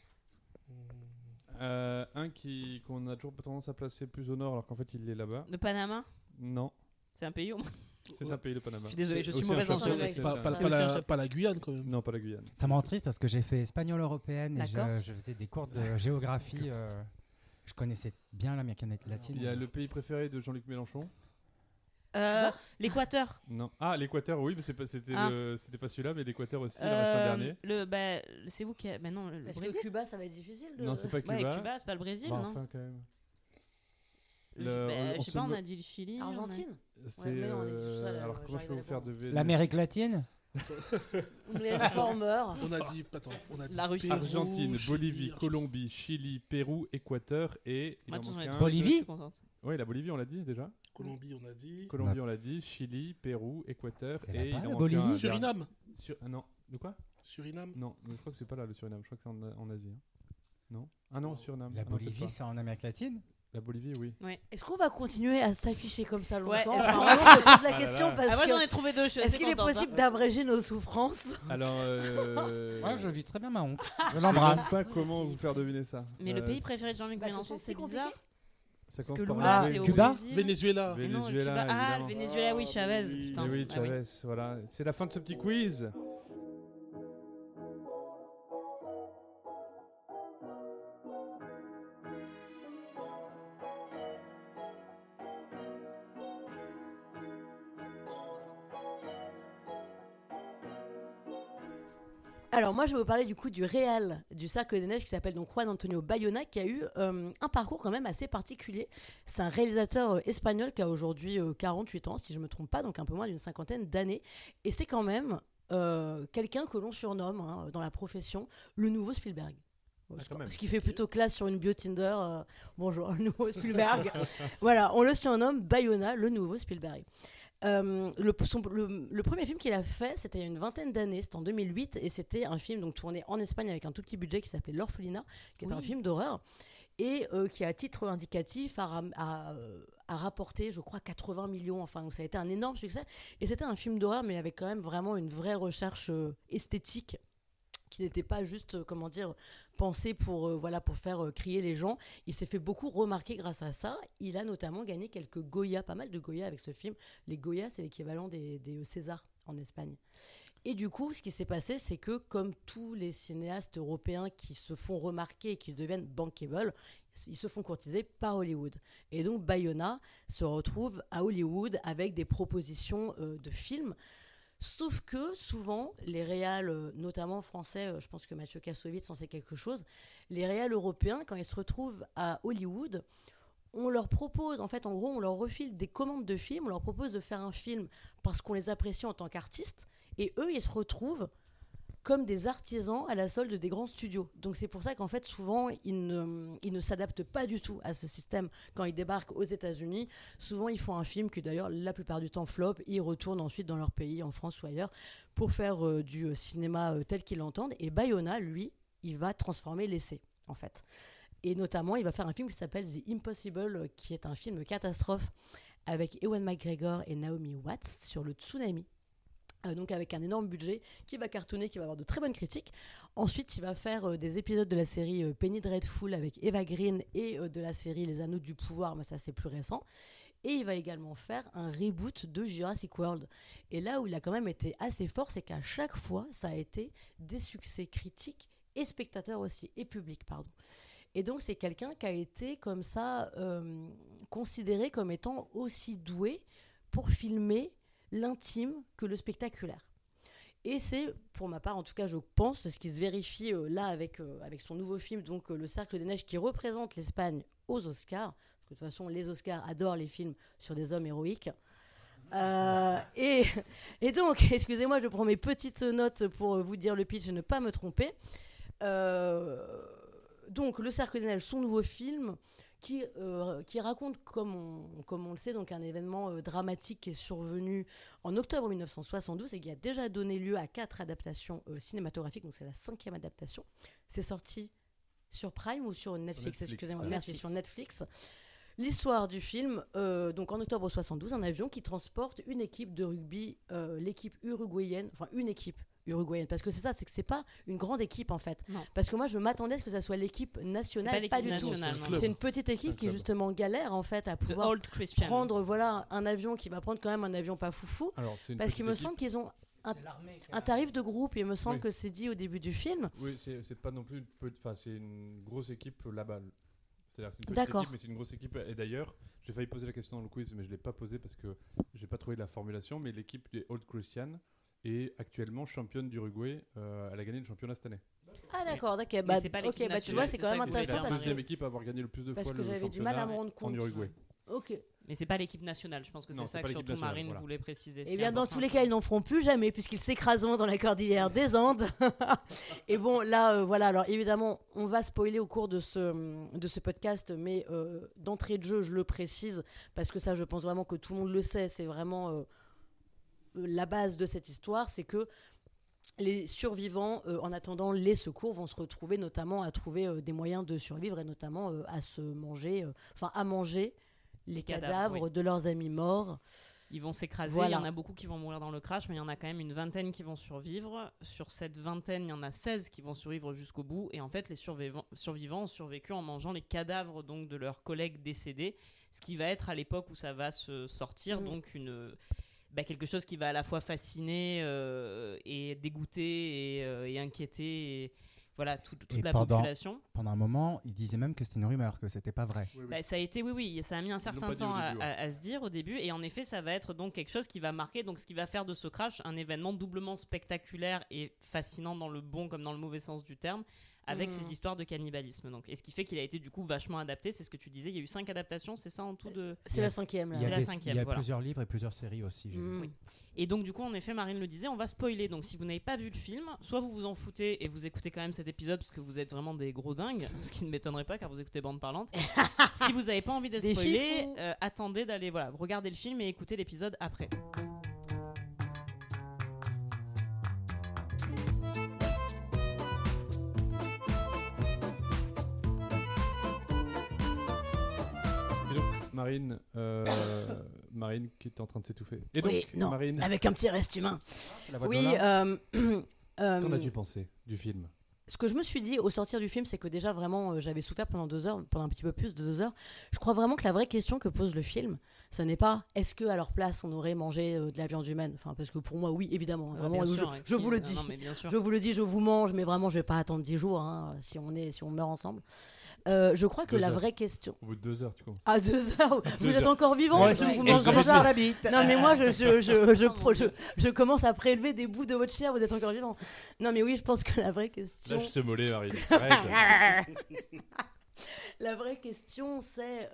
Un qu'on a toujours tendance à placer plus au nord alors qu'en fait il est là-bas. Le Panama, Non, c'est un pays où c'est un pays le Panama. Je suis désolé, je suis Aussi mauvaise un en champion, géographie. c'est pas, ça. pas- C'est pas aussi un la, chef. pas la Guyane quand même. Non, pas la Guyane. Ça me rend triste parce que j'ai fait espagnol européenne et D'accord. je faisais des cours de géographie. Je connaissais bien l'Amérique latine. Il y a le pays préféré de Jean-Luc Mélenchon. L'Équateur. Non. Ah, l'Équateur, oui, mais c'était Ah. c'était pas celui-là, mais l'Équateur aussi, il en reste un dernier. C'est vous qui. Bah non, le Est-ce Brésil. que Cuba, ça va être difficile de. Non, c'est pas Cuba. Ouais, Cuba, c'est pas le Brésil, Bah, non enfin, quand même. Je sais pas, on se a dit le Chili. Argentine. C'est, mais non, on est juste ça, là, alors comment je j'arrive peux à vous faire les deviner L'Amérique latine. Informer. On a dit, attends, on a dit La Russie. Pérou, Argentine, Chili, Bolivie, Argentine. Colombie, Chili, Pérou, Équateur et il Moi, en j'en manque ai un. trouvé Bolivie deux, je suis contente. Oui, la Bolivie, on l'a dit déjà. Colombie, on a dit. Colombie, on l'a dit. Chili, Pérou, Équateur C'est et là-bas, il en la manque Bolivie un. Suriname. Ah non, de quoi? Suriname. Non, mais je crois que c'est pas là le Suriname. Je crois que c'est en Asie. hein. Non? Ah non, Suriname. La Ah non, peut-être Bolivie, pas. c'est en Amérique latine. La Bolivie, oui. Est-ce qu'on va continuer à s'afficher comme ça Ouais, longtemps est-ce qu'on- Vraiment, je te pose la là question là. parce Ah, moi, j'en que. ai trouvé deux. Je suis Est-ce assez qu'il est contente, possible hein. d'abréger nos souffrances Alors, Ouais, je vis très bien ma honte. Je je sais l'embrasse. même pas comment vous faire deviner ça. Mais le pays préféré de Jean-Luc Parce que Mélenchon, c'est c'est si bizarre. Ça Parce que commence par Lula, un c'est V. au Cuba Brésil. Venezuela. Mais non, Venezuela, Cuba. Ah, évidemment. le Venezuela, oui, Chavez. oui. Putain. Mais oui, Ah oui. Chavez, voilà. C'est la fin de ce petit quiz. Alors moi je vais vous parler du coup du réal du Cercle des Neiges qui s'appelle donc Juan Antonio Bayona qui a eu un parcours quand même assez particulier. C'est un réalisateur espagnol qui a aujourd'hui 48 ans si je me trompe pas, donc un peu moins d'une cinquantaine d'années. Et c'est quand même quelqu'un que l'on surnomme dans la profession le nouveau Spielberg. quand même. Ce qui fait plutôt classe sur une bio Tinder. Bonjour, le nouveau Spielberg. Voilà, on le surnomme Bayona, le nouveau Spielberg. Le premier film qu'il a fait, c'était il y a une vingtaine d'années, c'était en 2008, et c'était un film donc tourné en Espagne avec un tout petit budget qui s'appelait L'Orphelinat, qui est un film d'horreur, et qui à titre indicatif a rapporté, je crois, 80 millions, enfin donc ça a été un énorme succès, et c'était un film d'horreur, mais avec quand même vraiment une vraie recherche esthétique, qui n'était pas juste, comment dire, pensé pour faire crier les gens. Il s'est fait beaucoup remarquer grâce à ça. Il a notamment gagné quelques Goya, pas mal de Goya avec ce film. Les Goya, c'est l'équivalent des Césars en Espagne. Et du coup, ce qui s'est passé, c'est que comme tous les cinéastes européens qui se font remarquer et qui deviennent bankable, ils se font courtiser par Hollywood. Et donc Bayona se retrouve à Hollywood avec des propositions de films. Sauf que souvent, les réals, notamment français, je pense que Mathieu Kassovitz en sait quelque chose, les réals européens, quand ils se retrouvent à Hollywood, on leur propose, en fait, en gros, on leur refile des commandes de films, on leur propose de faire un film parce qu'on les apprécie en tant qu'artistes, et eux, ils se retrouvent comme des artisans à la solde des grands studios. Donc c'est pour ça qu'en fait souvent ils ne s'adaptent pas du tout à ce système quand ils débarquent aux États-Unis. Souvent ils font un film qui d'ailleurs la plupart du temps flop, ils retournent ensuite dans leur pays, en France ou ailleurs, pour faire du cinéma tel qu'ils l'entendent. Et Bayona, lui, il va transformer l'essai en fait. Et notamment il va faire un film qui s'appelle The Impossible, qui est un film catastrophe avec Ewan McGregor et Naomi Watts sur le tsunami. Donc avec un énorme budget qui va cartonner, qui va avoir de très bonnes critiques. Ensuite, il va faire des épisodes de la série Penny Dreadful avec Eva Green et de la série Les Anneaux du Pouvoir, mais ça c'est plus récent. Et il va également faire un reboot de Jurassic World. Et là où il a quand même été assez fort, c'est qu'à chaque fois, ça a été des succès critiques et spectateurs aussi, et publics, pardon. Et donc c'est quelqu'un qui a été comme ça considéré comme étant aussi doué pour filmer l'intime que le spectaculaire. Et c'est, pour ma part, en tout cas, je pense, ce qui se vérifie là avec son nouveau film, donc Le Cercle des Neiges, qui représente l'Espagne aux Oscars. Parce que de toute façon, les Oscars adorent les films sur des hommes héroïques. Et donc, excusez-moi, je prends mes petites notes pour vous dire le pitch et ne pas me tromper. Donc, Le Cercle des Neiges, son nouveau film, qui raconte, comme on le sait, donc un événement dramatique qui est survenu en octobre 1972 et qui a déjà donné lieu à 4 adaptations cinématographiques, donc c'est la 5e adaptation. C'est sorti sur Prime ou sur Netflix, excusez-moi, merci, sur Netflix. L'histoire du film, donc en octobre 72, un avion qui transporte une équipe de rugby, l'équipe uruguayenne, enfin une équipe uruguayenne, parce que c'est ça, c'est que c'est pas une grande équipe en fait. Non. Parce que moi je m'attendais à ce que ça soit l'équipe nationale, pas du tout. C'est une petite équipe qui justement galère en fait à pouvoir prendre un avion qui va prendre quand même un avion pas foufou. Alors, parce qu'il me semble qu'ils ont un tarif de groupe, il me semble que c'est dit au début du film. Oui, c'est pas non plus c'est une grosse équipe là-bas. C'est-à-dire que c'est une petite équipe, mais c'est une grosse équipe. Et d'ailleurs, j'ai failli poser la question dans le quiz, mais je l'ai pas posée parce que j'ai pas trouvé la formulation. Mais l'équipe des Old Christian est actuellement championne d'Uruguay. Elle a gagné le championnat cette année. Ah d'accord. Bah, c'est pas l'équipe nationale. Tu vois, c'est quand même intéressant. C'est la deuxième équipe à avoir gagné le plus de fois le championnat j'avais du mal à me rendre compte en Uruguay. Ok. Mais c'est pas l'équipe nationale, je pense que c'est ça que surtout Marine voulait préciser. Et bien dans tous les cas, ils n'en feront plus jamais puisqu'ils s'écraseront dans la cordillère des Andes. Et bon, là, voilà. Alors évidemment, on va spoiler au cours de ce podcast, mais d'entrée de jeu, je le précise parce que ça, je pense vraiment que tout le monde le sait. C'est vraiment la base de cette histoire, c'est que les survivants, en attendant les secours, vont se retrouver notamment à trouver des moyens de survivre et notamment à manger les cadavres de leurs amis morts. Ils vont s'écraser, il y en a beaucoup qui vont mourir dans le crash, mais il y en a quand même une vingtaine qui vont survivre. Sur cette vingtaine, il y en a 16 qui vont survivre jusqu'au bout. Et en fait, les survivants ont survécu en mangeant les cadavres donc, de leurs collègues décédés, ce qui va être à l'époque où ça va se sortir, donc quelque chose qui va à la fois fasciner et dégoûter et inquiéter et voilà, toute la population. Pendant un moment, ils disaient même que c'était une rumeur, que c'était pas vrai. Oui. Ça a été, ça a mis un certain temps à se dire au début. Et en effet, ça va être donc quelque chose qui va marquer, donc ce qui va faire de ce crash un événement doublement spectaculaire et fascinant dans le bon comme dans le mauvais sens du terme, avec ces histoires de cannibalisme. Donc. Et ce qui fait qu'il a été du coup vachement adapté, c'est ce que tu disais, il y a eu 5 adaptations, c'est ça en tout de... C'est la 5e. Il y a plusieurs livres et plusieurs séries aussi. Oui. Et donc du coup, en effet, Marine le disait, on va spoiler. Donc si vous n'avez pas vu le film, soit vous vous en foutez et vous écoutez quand même cet épisode parce que vous êtes vraiment des gros dingues, ce qui ne m'étonnerait pas car vous écoutez Bande Parlante. Si vous n'avez pas envie d'être spoilé, attendez d'aller regarder le film et écouter l'épisode après. Marine qui est en train de s'étouffer. Et donc, Marine, avec un petit reste humain. Qu'en as-tu pensé du film ? Ce que je me suis dit au sortir du film, c'est que déjà vraiment j'avais souffert pendant 2 heures, pendant un petit peu plus de 2 heures. Je crois vraiment que la vraie question que pose le film, ce n'est pas est-ce que à leur place on aurait mangé de la viande humaine. Enfin, parce que pour moi, oui, évidemment. Vraiment, je vous le dis. Je vous le dis, je vous mange, mais vraiment, je vais pas attendre 10 jours si on meurt ensemble. Je crois que la vraie question. Au bout de 2 heures, tu commences. Ah, 2 heures. Vous êtes encore vivant. Je vous mange déjà. Non, mais moi, je commence à prélever des bouts de votre chair. Vous êtes encore vivant. Non, mais oui, je pense que la vraie question. Lâche ce mollet, Marine. La vraie question, c'est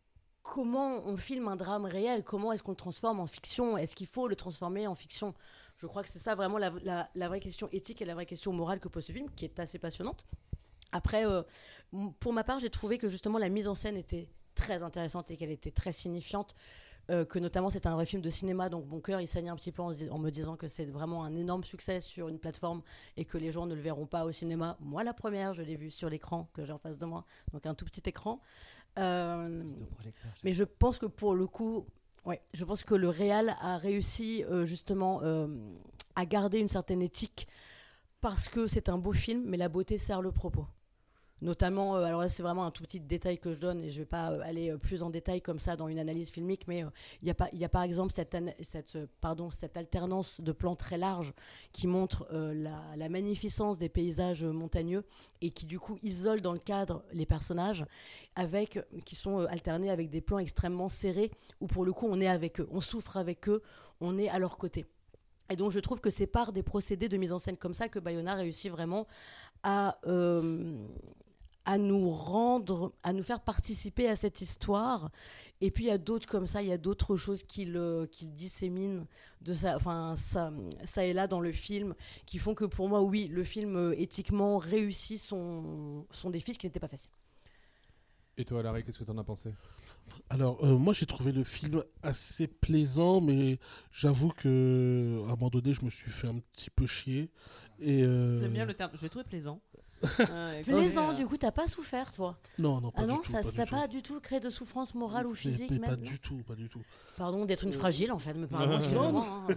comment on filme un drame réel. Comment est-ce qu'on le transforme en fiction ? Est-ce qu'il faut le transformer en fiction ? Je crois que c'est ça vraiment la vraie question éthique et la vraie question morale que pose ce film, qui est assez passionnante. Après, pour ma part, j'ai trouvé que justement la mise en scène était très intéressante et qu'elle était très signifiante. Que notamment c'était un vrai film de cinéma, donc mon cœur il saignait un petit peu en me disant que c'est vraiment un énorme succès sur une plateforme et que les gens ne le verront pas au cinéma. Moi la première, je l'ai vu sur l'écran que j'ai en face de moi, donc un tout petit écran. Mais je pense que pour le coup, je pense que le réal a réussi justement à garder une certaine éthique parce que c'est un beau film, mais la beauté sert le propos. Notamment, alors là c'est vraiment un tout petit détail que je donne et je ne vais pas aller plus en détail comme ça dans une analyse filmique, mais il y a par exemple cette alternance de plans très larges qui montre la magnificence des paysages montagneux et qui du coup isole dans le cadre les personnages qui sont alternés avec des plans extrêmement serrés où pour le coup on est avec eux, on souffre avec eux, on est à leur côté. Et donc je trouve que c'est par des procédés de mise en scène comme ça que Bayona réussit vraiment à nous faire participer à cette histoire. Et puis il y a d'autres comme ça, il y a d'autres choses qu'il dissémine ça et là dans le film, qui font que pour moi, oui, le film éthiquement réussit son défi, ce qui n'était pas facile. Et toi, Larry, qu'est-ce que t'en as pensé ? Alors, moi, j'ai trouvé le film assez plaisant, mais j'avoue que à un moment donné, je me suis fait un petit peu chier. C'est bien le terme, je l'ai trouvé plaisant. Plaisant, du coup, t'as pas souffert, toi ? Non, pas du tout. Ça t'a pas du tout créé de souffrance morale ou physique même ? Pas du tout. Pardon, d'être une fragile, en fait, mais pardon, excusez-moi.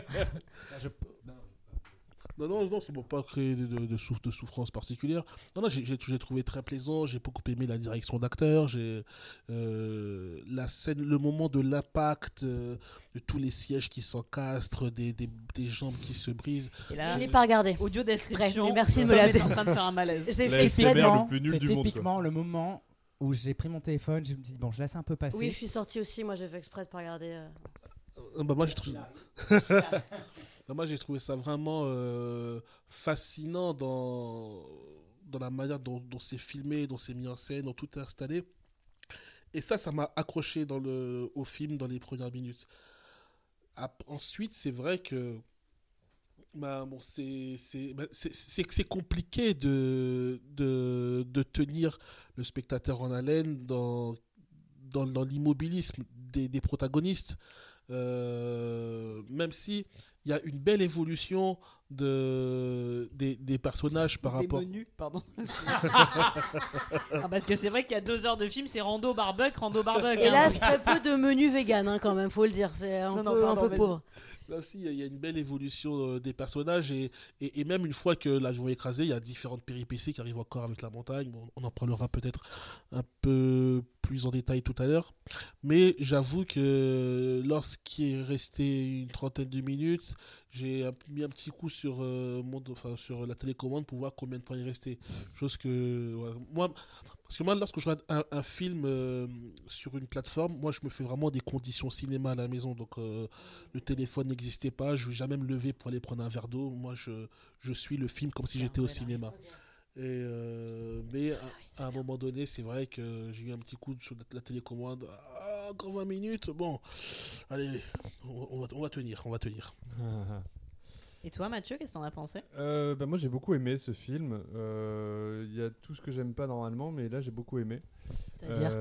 Non, c'est pour pas créer de souffrance particulière. Non, j'ai trouvé très plaisant. J'ai beaucoup aimé la direction d'acteur. J'ai la scène, le moment de l'impact, de tous les sièges qui s'encastrent, des jambes qui se brisent. Et là, je l'ai pas regardé. Audio description. Merci de me l'aider. En train de faire un malaise. J'ai fait exprès. C'est typiquement le moment où j'ai pris mon téléphone, je me dis bon, je laisse un peu passer. Oui, je suis sortie aussi. Moi, j'ai fait exprès de pas regarder. Moi, j'ai trouvé ça vraiment fascinant dans la manière dont c'est filmé, dont c'est mis en scène, dont tout est installé. Et ça m'a accroché au film dans les premières minutes. Ensuite, c'est vrai que c'est compliqué de tenir le spectateur en haleine dans l'immobilisme des protagonistes. Même si il y a une belle évolution des personnages par rapport. Des menus, pardon. Parce que c'est vrai qu'il y a 2 heures de film, c'est rando barbecue. Et là, c'est très peu de menus vegan, quand même, faut le dire. C'est un peu pauvre. Là aussi, il y a une belle évolution des personnages et même une fois que l'avion est écrasé, il y a différentes péripéties qui arrivent encore avec la montagne. Bon, on en parlera peut-être un peu plus en détail tout à l'heure. Mais j'avoue que lorsqu'il est resté une trentaine de minutes, j'ai mis un petit coup sur la télécommande pour voir combien de temps il restait. Chose que parce que moi, lorsque je regarde un film sur une plateforme, moi je me fais vraiment des conditions cinéma à la maison. Donc le téléphone n'existait pas, je ne vais jamais me lever pour aller prendre un verre d'eau. Moi je suis le film comme si j'étais au cinéma. Mais à un moment donné, c'est vrai que j'ai eu un petit coup sur la télécommande. Encore 20 minutes, bon, allez, on va tenir. Et toi, Mathieu, qu'est-ce que t'en as pensé ? Moi, j'ai beaucoup aimé ce film. Il y a tout ce que j'aime pas normalement, mais là, j'ai beaucoup aimé. C'est-à-dire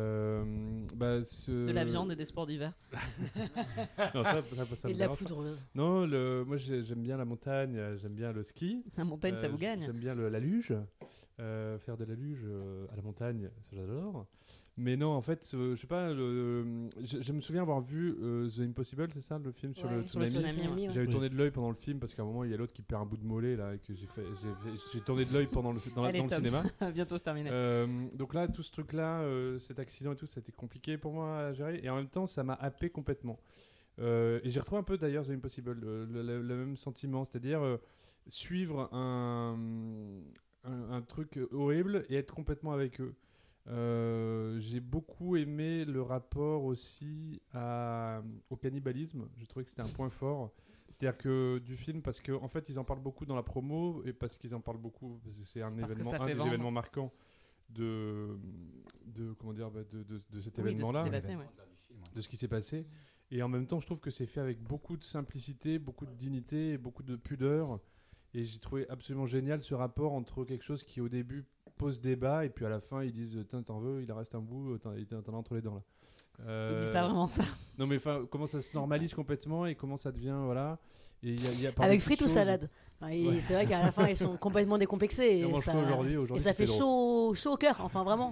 de la viande et des sports d'hiver. Non, ça et de la poudreuse. Non, moi, j'aime bien la montagne, j'aime bien le ski. La montagne, ça vous gagne. J'aime bien la luge. Faire de la luge à la montagne, ça j'adore. Mais non, en fait, je sais pas, je me souviens avoir vu The Impossible, c'est ça, le film sur le tsunami. J'avais tourné de l'œil pendant le film parce qu'à un moment, il y a l'autre qui perd un bout de mollet là, et que j'ai tourné de l'œil pendant dans le cinéma. Bientôt se terminer. Donc là, tout ce truc-là, cet accident et tout, c'était compliqué pour moi à gérer. Et en même temps, ça m'a happé complètement. Et j'ai retrouvé un peu d'ailleurs The Impossible, le même sentiment, c'est-à-dire suivre un truc horrible et être complètement avec eux. J'ai beaucoup aimé le rapport aussi au cannibalisme. J'ai trouvé que c'était un point fort. C'est-à-dire que du film, parce qu'en fait, ils en parlent beaucoup dans la promo et parce qu'ils en parlent beaucoup, parce que c'est un des événements marquants de cet événement-là. de ce qui s'est passé. Et en même temps, je trouve que c'est fait avec beaucoup de simplicité, beaucoup de dignité et beaucoup de pudeur. Et j'ai trouvé absolument génial ce rapport entre quelque chose qui, au début, pose débat et puis à la fin, ils disent « T'en veux, il en reste un bout, t'en as entre les dents là. » Ils disent pas vraiment ça. Non mais comment ça se normalise complètement et comment ça devient, voilà. Et il y a Avec frites ou salade. Ouais. C'est vrai qu'à la fin, ils sont complètement décomplexés. On mange quoi aujourd'hui Et ça fait chaud au cœur, enfin vraiment.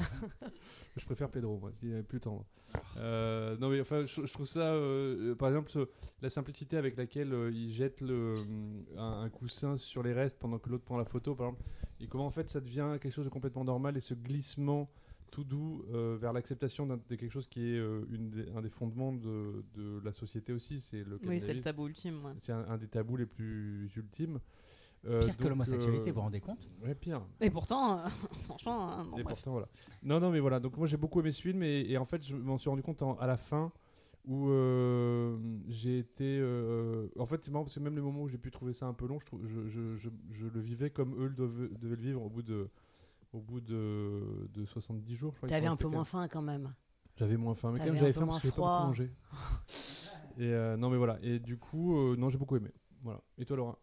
Je préfère Pedro, moi, il est plus tendre. Non mais enfin, je trouve ça, par exemple, la simplicité avec laquelle il jette un coussin sur les restes pendant que l'autre prend la photo, par exemple, et comment en fait ça devient quelque chose de complètement normal et ce glissement tout doux vers l'acceptation de quelque chose qui est un des fondements de la société aussi, c'est le Oui, c'est le tabou ultime. Ouais. C'est un des tabous les plus ultimes. Pire que l'homosexualité, vous vous rendez compte ? Ouais, pire. Et pourtant, franchement... et pourtant, voilà. Non, mais voilà. Donc moi, j'ai beaucoup aimé ce film et en fait, je m'en suis rendu compte à la fin où j'ai été... en fait, c'est marrant parce que même les moments où j'ai pu trouver ça un peu long, je le vivais comme eux devaient le vivre au bout de 70 jours, je crois. T'avais un peu moins faim quand même. J'avais moins faim, mais quand même j'avais faim parce que j'avais pas beaucoup mangé. Et non mais voilà, et du coup, non, j'ai beaucoup aimé. Voilà. Et toi, Laura ?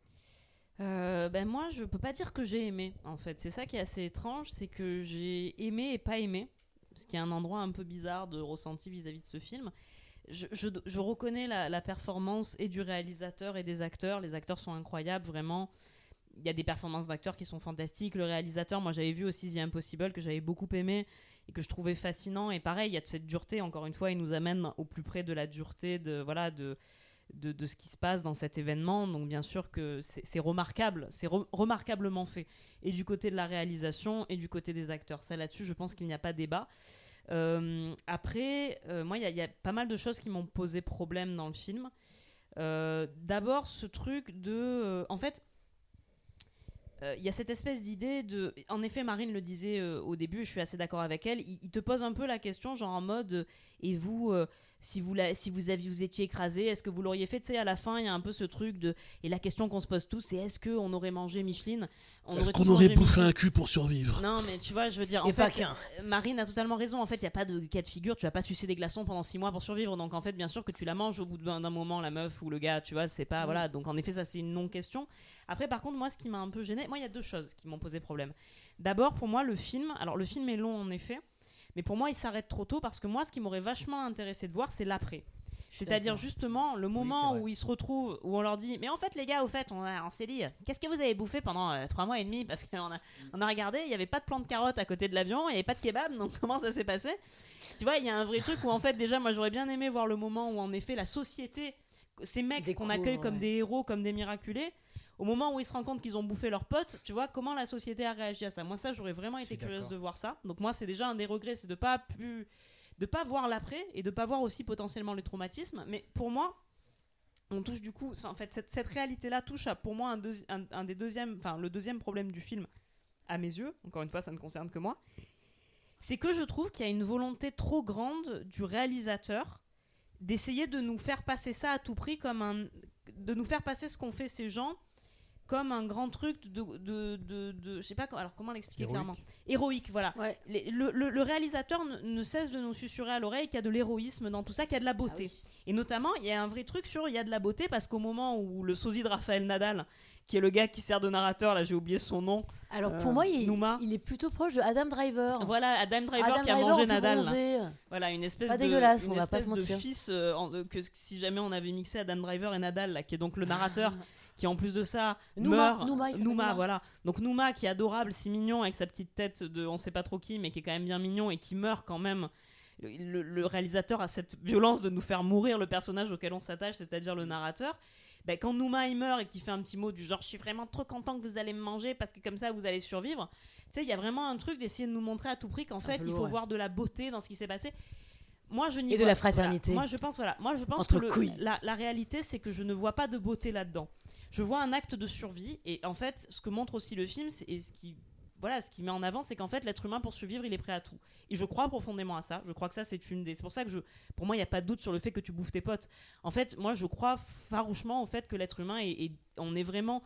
Moi, je peux pas dire que j'ai aimé, en fait. C'est ça qui est assez étrange, c'est que j'ai aimé et pas aimé, ce qui est un endroit un peu bizarre de ressenti vis-à-vis de ce film. Je reconnais la performance et du réalisateur et des acteurs. Les acteurs sont incroyables, vraiment. Il y a des performances d'acteurs qui sont fantastiques. Le réalisateur, moi j'avais vu aussi The Impossible, que j'avais beaucoup aimé et que je trouvais fascinant. Et pareil, il y a cette dureté, encore une fois, il nous amène au plus près de la dureté de ce qui se passe dans cet événement. Donc bien sûr que c'est remarquable, c'est remarquablement fait. Et du côté de la réalisation et du côté des acteurs. Ça, là-dessus, je pense qu'il n'y a pas débat. Après, moi, il y a pas mal de choses qui m'ont posé problème dans le film. D'abord, ce truc de... en fait... il y a cette espèce d'idée de... En effet, Marine le disait au début, je suis assez d'accord avec elle, il te pose un peu la question, genre en mode, et vous, si vous étiez écrasé, est-ce que vous l'auriez fait? Tu sais, à la fin, il y a un peu ce truc de... Et la question qu'on se pose tous, c'est est-ce qu'on aurait mangé Micheline? Est-ce qu'on aurait bouffé un cul pour survivre? Non, mais tu vois, je veux dire, en fait, Marine a totalement raison. En fait, il n'y a pas de cas de figure, tu vas pas sucer des glaçons pendant 6 mois pour survivre. Donc, en fait, bien sûr que tu la manges au bout d'un moment, la meuf ou le gars, tu vois, c'est pas... Voilà, donc en effet, ça, c'est une non-question. Après, par contre, moi, ce qui m'a un peu gênée... Moi, il y a 2 choses qui m'ont posé problème. D'abord, pour moi, le film... Alors, le film est long, en effet. Mais pour moi, il s'arrête trop tôt parce que moi, ce qui m'aurait vachement intéressé de voir, c'est l'après. C'est-à-dire justement le moment où ils se retrouvent, où on leur dit mais en fait les gars, au fait on s'est dit qu'est-ce que vous avez bouffé pendant 3 mois et demi, parce qu'on a regardé, il n'y avait pas de plant de carottes à côté de l'avion, il n'y avait pas de kebab, donc comment ça s'est passé? Tu vois, il y a un vrai truc où en fait déjà moi j'aurais bien aimé voir le moment où en effet la société, ces mecs qu'on accueille comme des héros, comme des miraculés, au moment où ils se rendent compte qu'ils ont bouffé leurs potes, tu vois, comment la société a réagi à ça. Moi ça j'aurais vraiment été curieuse de voir ça. Donc moi c'est déjà un des regrets, c'est de pas voir l'après et de pas voir aussi potentiellement les traumatismes. Mais pour moi, on touche du coup... En fait, cette réalité-là touche à, pour moi, le deuxième problème du film, à mes yeux. Encore une fois, ça ne concerne que moi. C'est que je trouve qu'il y a une volonté trop grande du réalisateur d'essayer de nous faire passer ça à tout prix de nous faire passer ce qu'ont fait ces gens comme un grand truc je sais pas alors comment l'expliquer clairement. Héroïque, voilà. Ouais. Le réalisateur ne cesse de nous susurrer à l'oreille qu'il y a de l'héroïsme dans tout ça, qu'il y a de la beauté. Ah oui. Et notamment, il y a un vrai truc il y a de la beauté, parce qu'au moment où le sosie de Raphaël Nadal, qui est le gars qui sert de narrateur, là j'ai oublié son nom. Alors pour moi, il est plutôt proche de Adam Driver. Voilà, Adam Driver qui a mangé Nadal. Voilà, une espèce pas dégueulasse, on va pas se mentir. De fils que si jamais on avait mixé Adam Driver et Nadal, là, qui est donc le narrateur. Qui en plus de ça meurt. Nouma, voilà. Donc Nouma qui est adorable, si mignon, avec sa petite tête de on sait pas trop qui, mais qui est quand même bien mignon et qui meurt quand même. Le réalisateur a cette violence de nous faire mourir le personnage auquel on s'attache, c'est-à-dire le narrateur. Quand Nouma il meurt et qu'il fait un petit mot du genre je suis vraiment trop content que vous allez me manger parce que comme ça vous allez survivre. Tu sais, il y a vraiment un truc d'essayer de nous montrer à tout prix qu'en fait il faut voir de la beauté dans ce qui s'est passé. Moi, je n'y vois de la fraternité. Voilà. Moi, je pense que la réalité, c'est que je ne vois pas de beauté là-dedans. Je vois un acte de survie, et en fait, ce que montre aussi le film, et ce qui met en avant, c'est qu'en fait, l'être humain, pour survivre, il est prêt à tout. Et je crois profondément à ça. Je crois que ça, c'est pour ça que pour moi, il n'y a pas de doute sur le fait que tu bouffes tes potes. En fait, moi, je crois farouchement au fait que l'être humain on est vraiment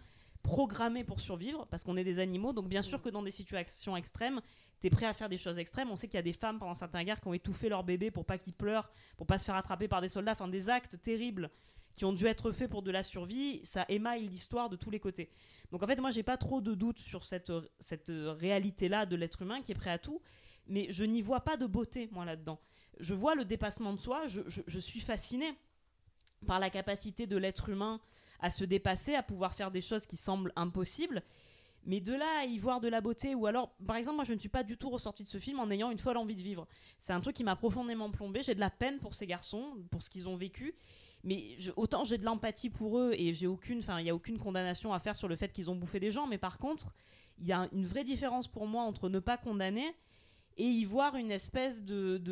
programmés pour survivre, parce qu'on est des animaux, donc bien sûr que dans des situations extrêmes, t'es prêt à faire des choses extrêmes. On sait qu'il y a des femmes pendant certaines guerres qui ont étouffé leur bébé pour pas qu'il pleure, pour pas se faire attraper par des soldats, enfin des actes terribles qui ont dû être faits pour de la survie. Ça émaille l'histoire de tous les côtés. Donc en fait, moi j'ai pas trop de doutes sur cette réalité-là de l'être humain qui est prêt à tout, mais je n'y vois pas de beauté, moi, là-dedans. Je vois le dépassement de soi, je suis fascinée par la capacité de l'être humain à se dépasser, à pouvoir faire des choses qui semblent impossibles. Mais de là à y voir de la beauté, ou alors, par exemple, moi je ne suis pas du tout ressortie de ce film en ayant une folle envie de vivre. C'est un truc qui m'a profondément plombée. J'ai de la peine pour ces garçons, pour ce qu'ils ont vécu. Mais autant j'ai de l'empathie pour eux et il n'y a aucune condamnation à faire sur le fait qu'ils ont bouffé des gens. Mais par contre, il y a une vraie différence pour moi entre ne pas condamner et y voir une espèce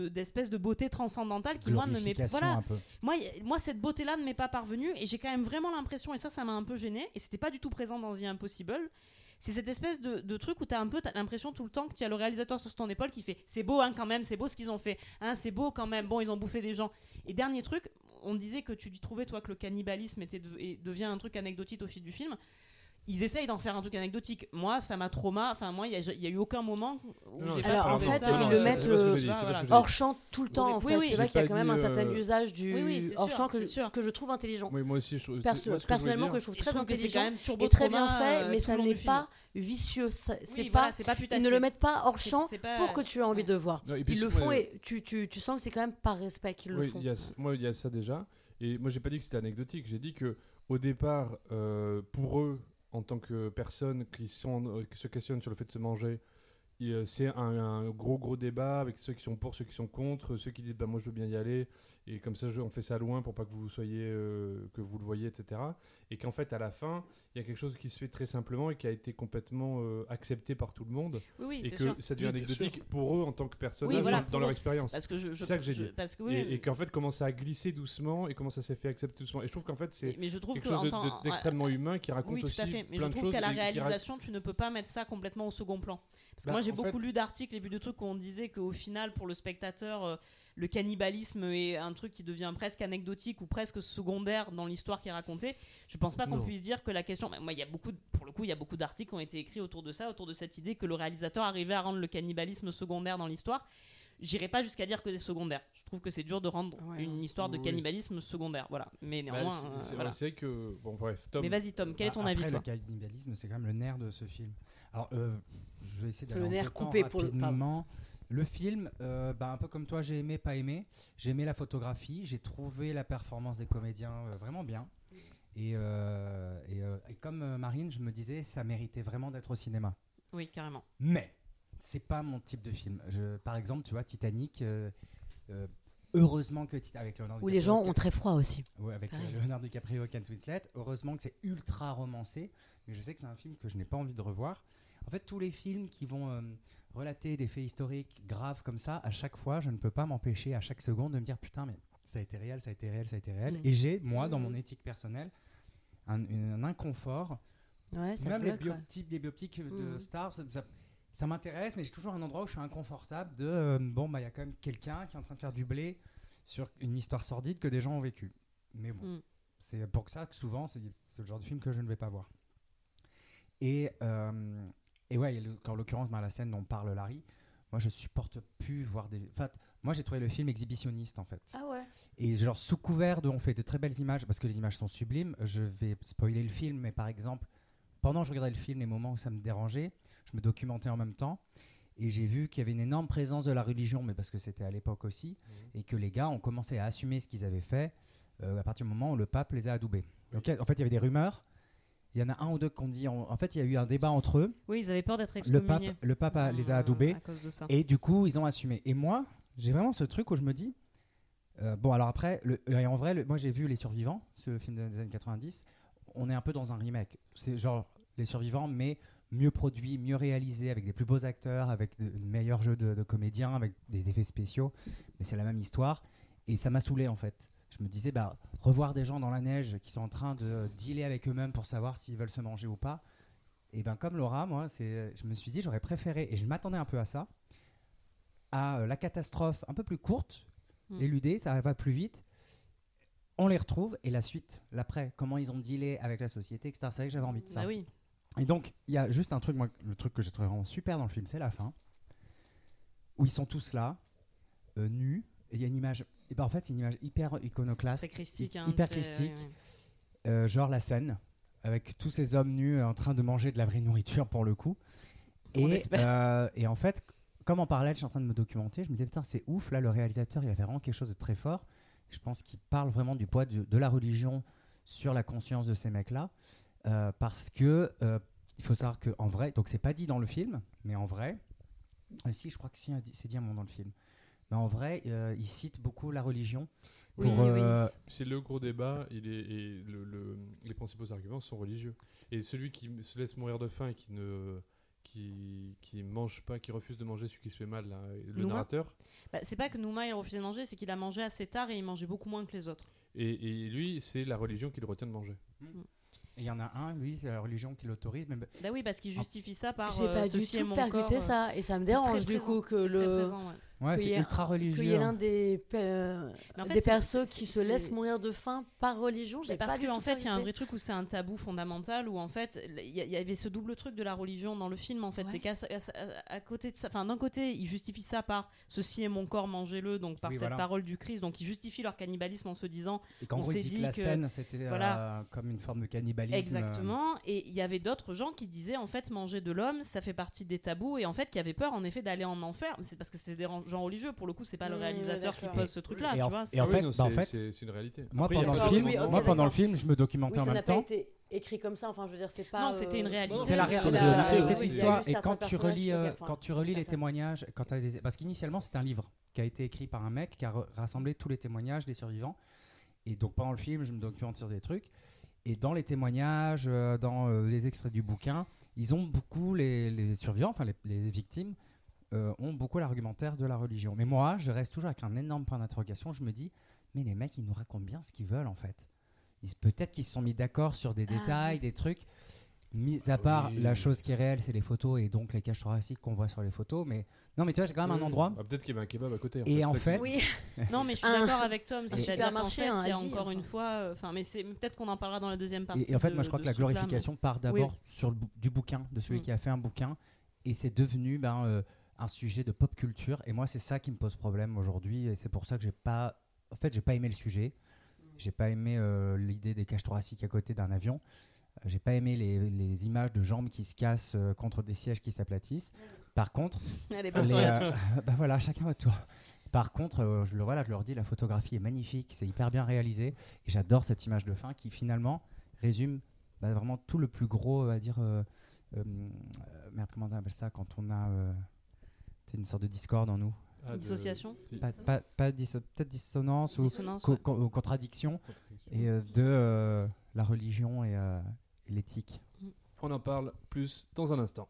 de beauté transcendantale qui, moi, ne m'est pas... Voilà. Moi, cette beauté-là ne m'est pas parvenue et j'ai quand même vraiment l'impression, et ça m'a un peu gênée, et c'était pas du tout présent dans The Impossible, c'est cette espèce de truc où t'as l'impression tout le temps qu'il y a le réalisateur sur ton épaule qui fait « C'est beau, hein, quand même, c'est beau ce qu'ils ont fait, hein, c'est beau quand même, bon, ils ont bouffé des gens. » Et dernier truc, on disait que tu trouvais, toi, que le cannibalisme devient un truc anecdotique au fil du film. Ils essayent d'en faire un truc anecdotique. Moi, ça m'a enfin, moi, il y a eu aucun moment où j'ai pas alors, en trouvé fait, ça. ils le mettent hors champ tout le temps. En fait, c'est vrai qu'il y a quand même un certain usage du hors champ que je trouve intelligent. Oui, moi aussi, personnellement, que je trouve très intelligent et très bien fait, mais ça n'est pas vicieux. C'est pas ils ne le mettent pas hors champ pour que tu aies envie de voir. Ils le font et tu sens que c'est quand même par respect qu'ils le font. Moi, il y a ça déjà. Et moi, j'ai pas dit que c'était anecdotique. J'ai dit que au départ, pour eux, en tant que personnes qui se questionnent sur le fait de se manger, c'est un gros débat avec ceux qui sont pour, ceux qui sont contre, ceux qui disent bah, moi je veux bien y aller et comme ça on fait ça loin pour pas que vous soyez que vous le voyez, etc. Et qu'en fait à la fin il y a quelque chose qui se fait très simplement et qui a été complètement accepté par tout le monde et que sûr. Ça devient anecdotique pour eux en tant que personnage dans leur expérience. Parce que c'est ça que j'ai dit. Et qu'en fait comment ça a glissé doucement et comment ça s'est fait accepter doucement. Et je trouve qu'en fait c'est quelque chose d'extrêmement humain qui raconte aussi mais plein de choses. Je trouve qu'à la réalisation tu ne peux pas mettre ça complètement au second plan. Parce que moi j'ai beaucoup lu d'articles et vu de trucs où on disait qu'au final pour le spectateur le cannibalisme est un truc qui devient presque anecdotique ou presque secondaire dans l'histoire qui est racontée. Je pense pas qu'on puisse dire que la question... Moi, il y a beaucoup d'articles qui ont été écrits autour de ça, autour de cette idée que le réalisateur arrivait à rendre le cannibalisme secondaire dans l'histoire. J'irai pas jusqu'à dire que c'est secondaire. Je trouve que c'est dur de rendre une histoire de cannibalisme secondaire. Voilà. Mais néanmoins... c'est vrai que... Bon, bref, Tom... Mais vas-y, Tom, quel est ton avis, toi ? Le cannibalisme, c'est quand même le nerf de ce film. Alors, je vais essayer d'aller le nerf coupé pour rapidement. Le film, un peu comme toi, j'ai aimé, pas aimé. J'ai aimé la photographie, j'ai trouvé la performance des comédiens vraiment bien. Et comme Marine, je me disais, ça méritait vraiment d'être au cinéma. Oui, carrément. Mais c'est pas mon type de film. Par exemple, tu vois, Titanic, heureusement que avec Leonardo DiCaprio... Où les gens ont très froid aussi. Oui, avec Leonardo DiCaprio et Kate Winslet. Heureusement que c'est ultra romancé, mais je sais que c'est un film que je n'ai pas envie de revoir. En fait, tous les films qui vont relater des faits historiques graves comme ça, à chaque fois, je ne peux pas m'empêcher à chaque seconde de me dire putain, mais ça a été réel, ça a été réel, ça a été réel. Et j'ai, moi, dans mon éthique personnelle, un inconfort. Ouais, ça même bloque, les biopics de stars, ça m'intéresse, mais j'ai toujours un endroit où je suis inconfortable de il y a quand même quelqu'un qui est en train de faire du blé sur une histoire sordide que des gens ont vécu. Mais bon, c'est pour ça que souvent, c'est le genre de film que je ne vais pas voir. Et ouais, en l'occurrence, dans la scène dont parle Larry, moi je supporte plus voir des... En fait, moi j'ai trouvé le film exhibitionniste en fait. Ah ouais. Et genre sous couvert on fait de très belles images, parce que les images sont sublimes, je vais spoiler le film, mais par exemple, pendant que je regardais le film, les moments où ça me dérangeait, je me documentais en même temps, et j'ai vu qu'il y avait une énorme présence de la religion, mais parce que c'était à l'époque aussi, et que les gars ont commencé à assumer ce qu'ils avaient fait à partir du moment où le pape les a adoubés. Donc en fait il y avait des rumeurs. Il y en a un ou deux qui ont dit... En fait, il y a eu un débat entre eux. Oui, ils avaient peur d'être excommuniés. Le pape les a adoubés. À cause de ça. Et du coup, ils ont assumé. Et moi, j'ai vraiment ce truc où je me dis... alors après, en vrai, moi j'ai vu Les Survivants, ce film des années 90. On est un peu dans un remake. C'est genre Les Survivants, mais mieux produit, mieux réalisé, avec des plus beaux acteurs, avec de meilleurs jeux de comédiens, avec des effets spéciaux. Mais c'est la même histoire. Et ça m'a saoulé, en fait. Je me disais, revoir des gens dans la neige qui sont en train de dealer avec eux-mêmes pour savoir s'ils veulent se manger ou pas. Et comme Laura, moi, je me suis dit, j'aurais préféré, et je m'attendais un peu à ça, à la catastrophe un peu plus courte, éludée, ça va plus vite. on les retrouve et la suite, l'après, comment ils ont dealé avec la société, etc. C'est vrai que j'avais envie de ça. Bah oui. Et donc, il y a juste un truc, moi, le truc que j'ai trouvé vraiment super dans le film, c'est la fin, où ils sont tous là, nus, et il y a une image, et ben en fait, c'est une image hyper iconoclaste, Très christique. hyper christique, genre la scène, avec tous ces hommes nus en train de manger de la vraie nourriture pour le coup. On Et en fait, comme en parallèle, je suis en train de me documenter, je me disais, putain, c'est ouf, là, le réalisateur, il a fait vraiment quelque chose de très fort. Je pense qu'il parle vraiment du poids de la religion sur la conscience de ces mecs-là. Parce que il faut savoir qu'en vrai, donc c'est pas dit dans le film, mais en vrai, si je crois que si, c'est dit à un moment dans le film, mais en vrai, il cite beaucoup la religion. Pour, C'est le gros débat, les principaux arguments sont religieux. Et celui qui se laisse mourir de faim et qui mange pas, qui refuse de manger celui qui se fait mal, là, le Nouma. narrateur. Bah, c'est pas que Nouma il refusait de manger, c'est qu'il a mangé assez tard et il mangeait beaucoup moins que les autres. Et lui, c'est la religion qui le retient de manger. Et il y en a un, lui, c'est la religion qui l'autorise. Mais Bah oui, parce qu'il justifie ça par J'ai pas du ceci est tout mon percuté corps. ça, et ça me C'est dérange très du coup présent, que c'est très le présent, ouais. ouais, qu'il y c'est ait- ultra religieux. qu'il y ait l'un des Mais en fait, des c'est- persos qui se c'est- laissent mourir de faim par religion. J'ai Mais parce pas du qu'en tout fait, il y a un percuté. vrai truc où c'est un tabou fondamental, où en fait, il y avait ce double truc de la religion dans le film. En fait, Ouais. c'est qu'à côté de ça, enfin, d'un côté, ils justifient ça par ceci est mon corps, mangez-le, donc par Oui, cette voilà. parole du Christ, donc ils justifient leur cannibalisme en se disant Et qu'en on gros, il s'est dit dit que la que- scène, c'était voilà. comme une forme de cannibalisme. exactement. Et il y avait d'autres gens qui disaient en fait manger de l'homme, ça fait partie des tabous, et en fait qui avaient peur en effet d'aller en enfer. Mais c'est parce que c'est des gens religieux. Pour le coup, c'est pas le réalisateur qui d'accord. pose ce truc-là, Et tu en- vois. et c'est- en fait, non, bah, en c'est- fait, c'est une réalité. Moi, Après, il y a pendant le pas- oui, film, oui, ok, moi, pendant le d'accord. film, je me documentais Oui, en ça n'a même pas temps. été écrit comme ça. Enfin, je veux dire, c'est pas. Non, c'était une réalité. C'est la C'est réalité la- de oui, l'histoire. il y a eu Et quand certains tu relis, personnages, ok, enfin, quand tu relis c'est les pas ça. témoignages, parce qu'initialement c'était un livre qui a été écrit par un mec qui a rassemblé tous les témoignages des survivants. Et donc pendant le film, je me documente sur des trucs. Et dans les témoignages, dans les extraits du bouquin, ils ont beaucoup les survivants, enfin les victimes, ont beaucoup l'argumentaire de la religion. Mais moi, je reste toujours avec un énorme point d'interrogation. Je me dis, mais les mecs, ils nous racontent bien ce qu'ils veulent en fait. Peut-être qu'ils se sont mis d'accord sur des détails, des trucs. Mis à part Oui. la chose qui est réelle, c'est les photos et donc les caches thoraciques qu'on voit sur les photos. Mais non, mais tu vois, j'ai quand même un endroit. Ah, peut-être qu'il y avait un kebab à côté. Et en c'est ça fait, Oui, Non, mais je suis Un- d'accord avec Tom. un C'est-à-dire qu'en supermarché, fait, un il y a Aldi, encore enfin. une fois. Enfin, mais c'est peut-être qu'on en parlera dans la deuxième partie. et en fait, de- moi, je crois de que la ce truc-là, glorification part d'abord Oui. sur du bouquin, de celui Mm. qui a fait un bouquin, et c'est devenu un sujet de pop culture. Et moi, c'est ça qui me pose problème aujourd'hui, et c'est pour ça que j'ai pas aimé le sujet. J'ai pas aimé l'idée des caches thoraciques à côté d'un avion. J'ai pas aimé les images de jambes qui se cassent contre des sièges qui s'aplatissent. Par contre, mais- Allez, bonne soirée à tous. bah voilà, chacun votre tour. Par contre, je leur dis, la photographie est magnifique, c'est hyper bien réalisé, et j'adore cette image de fin qui finalement résume vraiment tout le plus gros, à dire, merde, comment on appelle ça quand on a c'est une sorte de discorde en nous. Ah, Dissociation. Peut-être dissonance ou Dissonance, ouais. contradiction, et de la religion et l'éthique. On en parle plus dans un instant.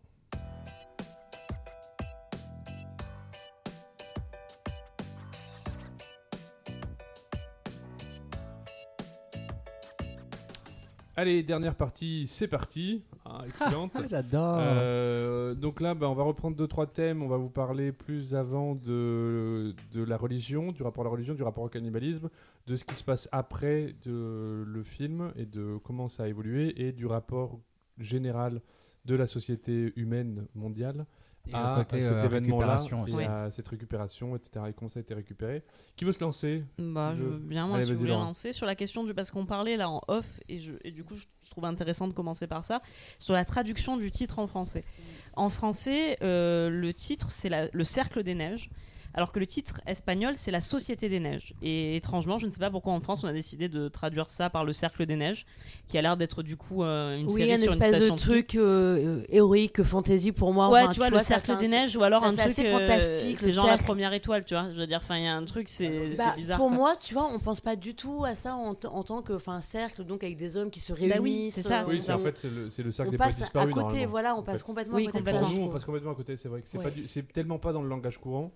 Allez, dernière partie, c'est parti. Ah, excellente. J'adore. Donc là, on va reprendre 2-3 thèmes. On va vous parler plus avant de la religion, du rapport à la religion, du rapport au cannibalisme, de ce qui se passe après le film et de comment ça a évolué, et du rapport général de la société humaine mondiale Et à le côté cet événement-là, récupération aussi. et à cette récupération, etc. Et comment ça a été récupéré. Qui veut se lancer? Bah, je Je- veux bien, moi, Allez, si vous vas-y, voulez Laura. lancer sur la question du. Parce qu'on parlait là en off, et du coup, je trouve intéressant de commencer par ça, sur la traduction du titre en français. En français, le titre, c'est le Cercle des Neiges, alors que le titre espagnol, c'est La Société des Neiges. Et étrangement, je ne sais pas pourquoi en France, on a décidé de traduire ça par le Cercle des Neiges, qui a l'air d'être du coup une oui, série un sur une espèce station de ski. truc fantasy pour moi. Ouais, Enfin, tu vois, le ça cercle fait des un- neiges, ou alors ça un fait truc. assez fantastique, c'est le genre la cercle. première étoile, tu vois. Je veux dire, enfin, il y a un truc, c'est Bah, bizarre. pour quoi. moi, tu vois, on pense pas du tout à ça en tant que cercle, donc avec des hommes qui se réunissent. Bah oui, c'est ça, Oui, c'est c'est en fait c'est le cercle on des poètes passe à disparus. côté, normalement. voilà, on En passe fait. complètement Oui, à côté de complètement. ça. Pour nous, je on trouve. passe complètement à côté, c'est vrai que c'est Ouais. pas c'est tellement pas dans le langage courant Ouais.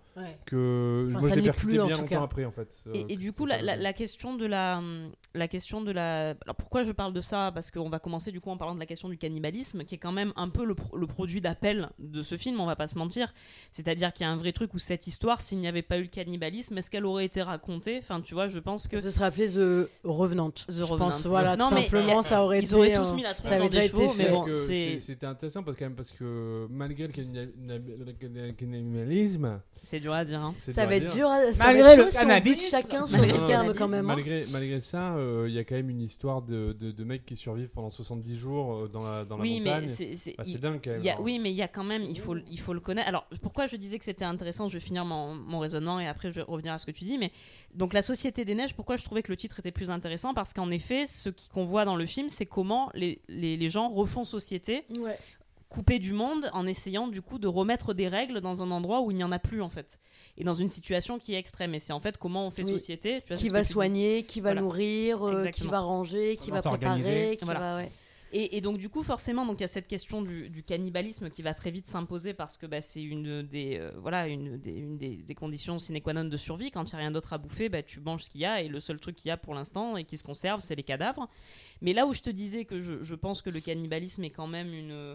que Enfin, moi ça je l'ai l'est percuté plus, en bien tout longtemps cas. après en fait. Et du que coup, ça la revenait. question de la. Alors pourquoi je parle de ça ? Parce qu'on va commencer du coup en parlant de la question du cannibalisme, qui est quand même un peu le produit d'appel de ce film, on va pas se mentir. C'est-à-dire qu'il y a un vrai truc où cette histoire, s'il n'y avait pas eu le cannibalisme, est-ce qu'elle aurait été racontée ? Enfin, tu vois, je pense que. Ce serait appelé The Revenant. The Je Revenant. pense, voilà, Non, tout mais simplement, ça aurait été. Ils auraient tous mis la tronche ça avait dans des déjà été chevaux, mais fait. bon, Que c'est c'était intéressant parce que malgré le cannibalisme, c'est dur à dire. Hein. c'est Ça va dur à être dire. dur à... ça Malgré va être le chaud si on cannabis, bute chacun sur malgré le le terme cannabis, quand même. hein. Malgré ça, il y a quand même une histoire de mecs qui survivent pendant 70 jours dans la Oui, montagne. mais c'est Bah, c'est dingue quand même. oui, mais il y a quand même, il faut le connaître. Alors, pourquoi je disais que c'était intéressant, je vais finir mon raisonnement et après je vais revenir à ce que tu dis. Mais donc, la Société des Neiges, pourquoi je trouvais que le titre était plus intéressant ? Parce qu'en effet, ce qu'on voit dans le film, c'est comment les gens refont société, Ouais. coupés du monde, en essayant du coup de remettre des règles dans un endroit où il n'y en a plus en fait. Et dans une situation qui est extrême. Et c'est en fait comment on fait Oui. société. Tu vois, c'est Qui ce va que tu dis. soigner, qui va Voilà. nourrir, qui Exactement. va ranger, qui Comment va s'organiser. préparer, qui Voilà. va... Ouais. Et donc du coup forcément donc il y a cette question du cannibalisme qui va très vite s'imposer parce que c'est une des conditions sine qua non de survie. Quand il n'y a rien d'autre à bouffer, tu manges ce qu'il y a et le seul truc qu'il y a pour l'instant et qui se conserve, c'est les cadavres. Mais là où je te disais que je pense que le cannibalisme est quand même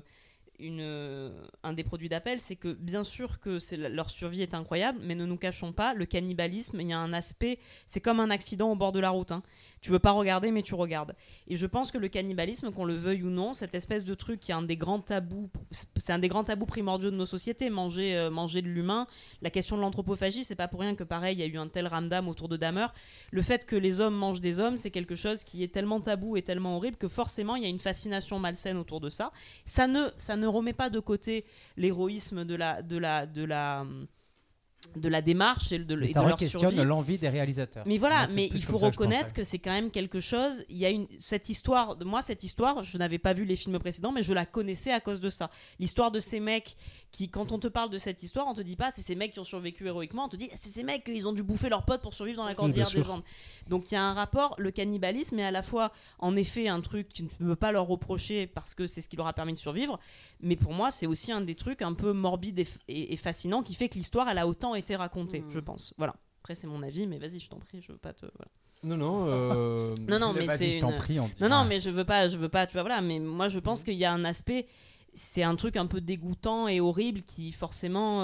un des produits d'appel, c'est que bien sûr que leur survie est incroyable, mais ne nous cachons pas, le cannibalisme, il y a un aspect, c'est comme un accident au bord de la route. Hein. Tu veux pas regarder, mais tu regardes. Et je pense que le cannibalisme, qu'on le veuille ou non, cette espèce de truc qui est un des grands tabous, c'est un des grands tabous primordiaux de nos sociétés, manger de l'humain. La question de l'anthropophagie, c'est pas pour rien que pareil, il y a eu un tel ramdam autour de Dahmer. Le fait que les hommes mangent des hommes, c'est quelque chose qui est tellement tabou et tellement horrible que forcément, il y a une fascination malsaine autour de ça. Ça ne remet pas de côté l'héroïsme de la démarche et de Mais et ça de leur questionne survie. l'envie des réalisateurs. Mais voilà, Moi, c'est mais plus il faut comme ça que je reconnaître penserais. que c'est quand même quelque chose. Il y a cette histoire, je n'avais pas vu les films précédents, mais je la connaissais à cause de ça. L'histoire de ces mecs qui, quand on te parle de cette histoire, on te dit pas c'est ces mecs qui ont survécu héroïquement, on te dit c'est ces mecs ils ont dû bouffer leurs potes pour survivre dans la cordillère bien des sûr. Andes. Donc il y a un rapport, le cannibalisme est à la fois en effet un truc que tu ne peux pas leur reprocher parce que c'est ce qui leur a permis de survivre, mais pour moi c'est aussi un des trucs un peu morbides et fascinants qui fait que l'histoire elle a autant été racontée, je pense. Voilà. Après c'est mon avis, mais vas-y je t'en prie, je veux pas te. Voilà. Non, mais Vas-y, c'est je t'en une- prie. Non, mais je veux pas, tu vois, voilà. Mais moi, je pense qu'il y a un aspect, c'est un truc un peu dégoûtant et horrible qui forcément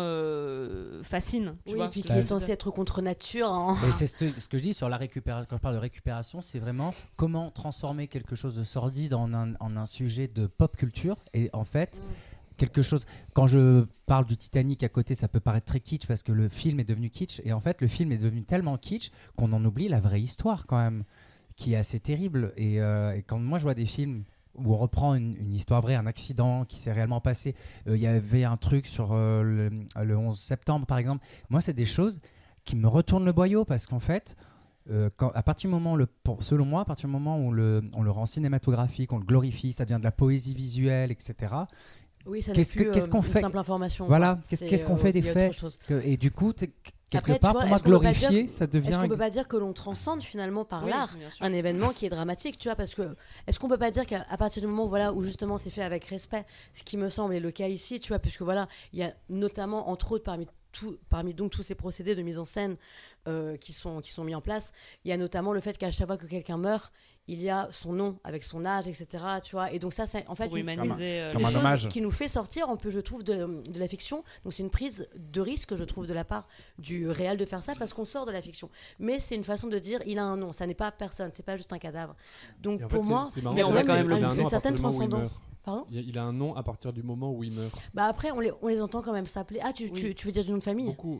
fascine. Tu Oui, vois, et puis ce qui que est je veux censé dire. être contre nature. Hein. Et c'est ce que je dis sur la récupération. Quand je parle de récupération, c'est vraiment comment transformer quelque chose de sordide en un sujet de pop culture. Et en fait, quelque chose. Quand je parle du Titanic à côté, ça peut paraître très kitsch parce que le film est devenu kitsch. Et en fait, le film est devenu tellement kitsch qu'on en oublie la vraie histoire quand même, qui est assez terrible. Et quand moi je vois des films où on reprend une histoire vraie, un accident qui s'est réellement passé. Il y avait un truc sur le 11 septembre, par exemple. Moi, c'est des choses qui me retournent le boyau parce qu'en fait, à partir du moment, selon moi, à partir du moment où on le rend cinématographique, on le glorifie, ça devient de la poésie visuelle, etc. Oui, ça Qu'est-ce n'est plus qu'on une fait simple information. Voilà, quoi. qu'est-ce qu'on fait des il y a autre faits chose. Et du coup, quelque Après, tu part, vois, pour moi, est-ce qu'on peut pas glorifier, dire- ça devient... Est-ce qu'on peut pas dire que l'on transcende finalement par Oui, l'art bien sûr. un événement qui est dramatique, tu vois, parce que est-ce qu'on peut pas dire qu'à partir du moment où justement c'est fait avec respect, ce qui me semble est le cas ici, tu vois, puisque voilà, il y a notamment entre autres parmi donc tous ces procédés de mise en scène qui sont mis en place, il y a notamment le fait qu'à chaque fois que quelqu'un meurt, il y a son nom avec son âge, etc. Tu vois, et donc ça, c'est en fait Pour une humaniser Comme les un choses hommage. qui nous fait sortir un peu, je trouve, de la fiction. Donc c'est une prise de risque, je trouve, de la part du réel de faire ça parce qu'on sort de la fiction. Mais c'est une façon de dire, il a un nom, ça n'est pas personne, c'est pas juste un cadavre. Donc Et en pour fait, moi, c'est marrant, Mais on va quand même il a le un nom une à partir certaine du moment où il transcendance. meurt. Pardon. Il a un nom à partir du moment où il meurt. Bah après, on les entend quand même s'appeler. Ah, tu veux dire du nom de famille? Beaucoup,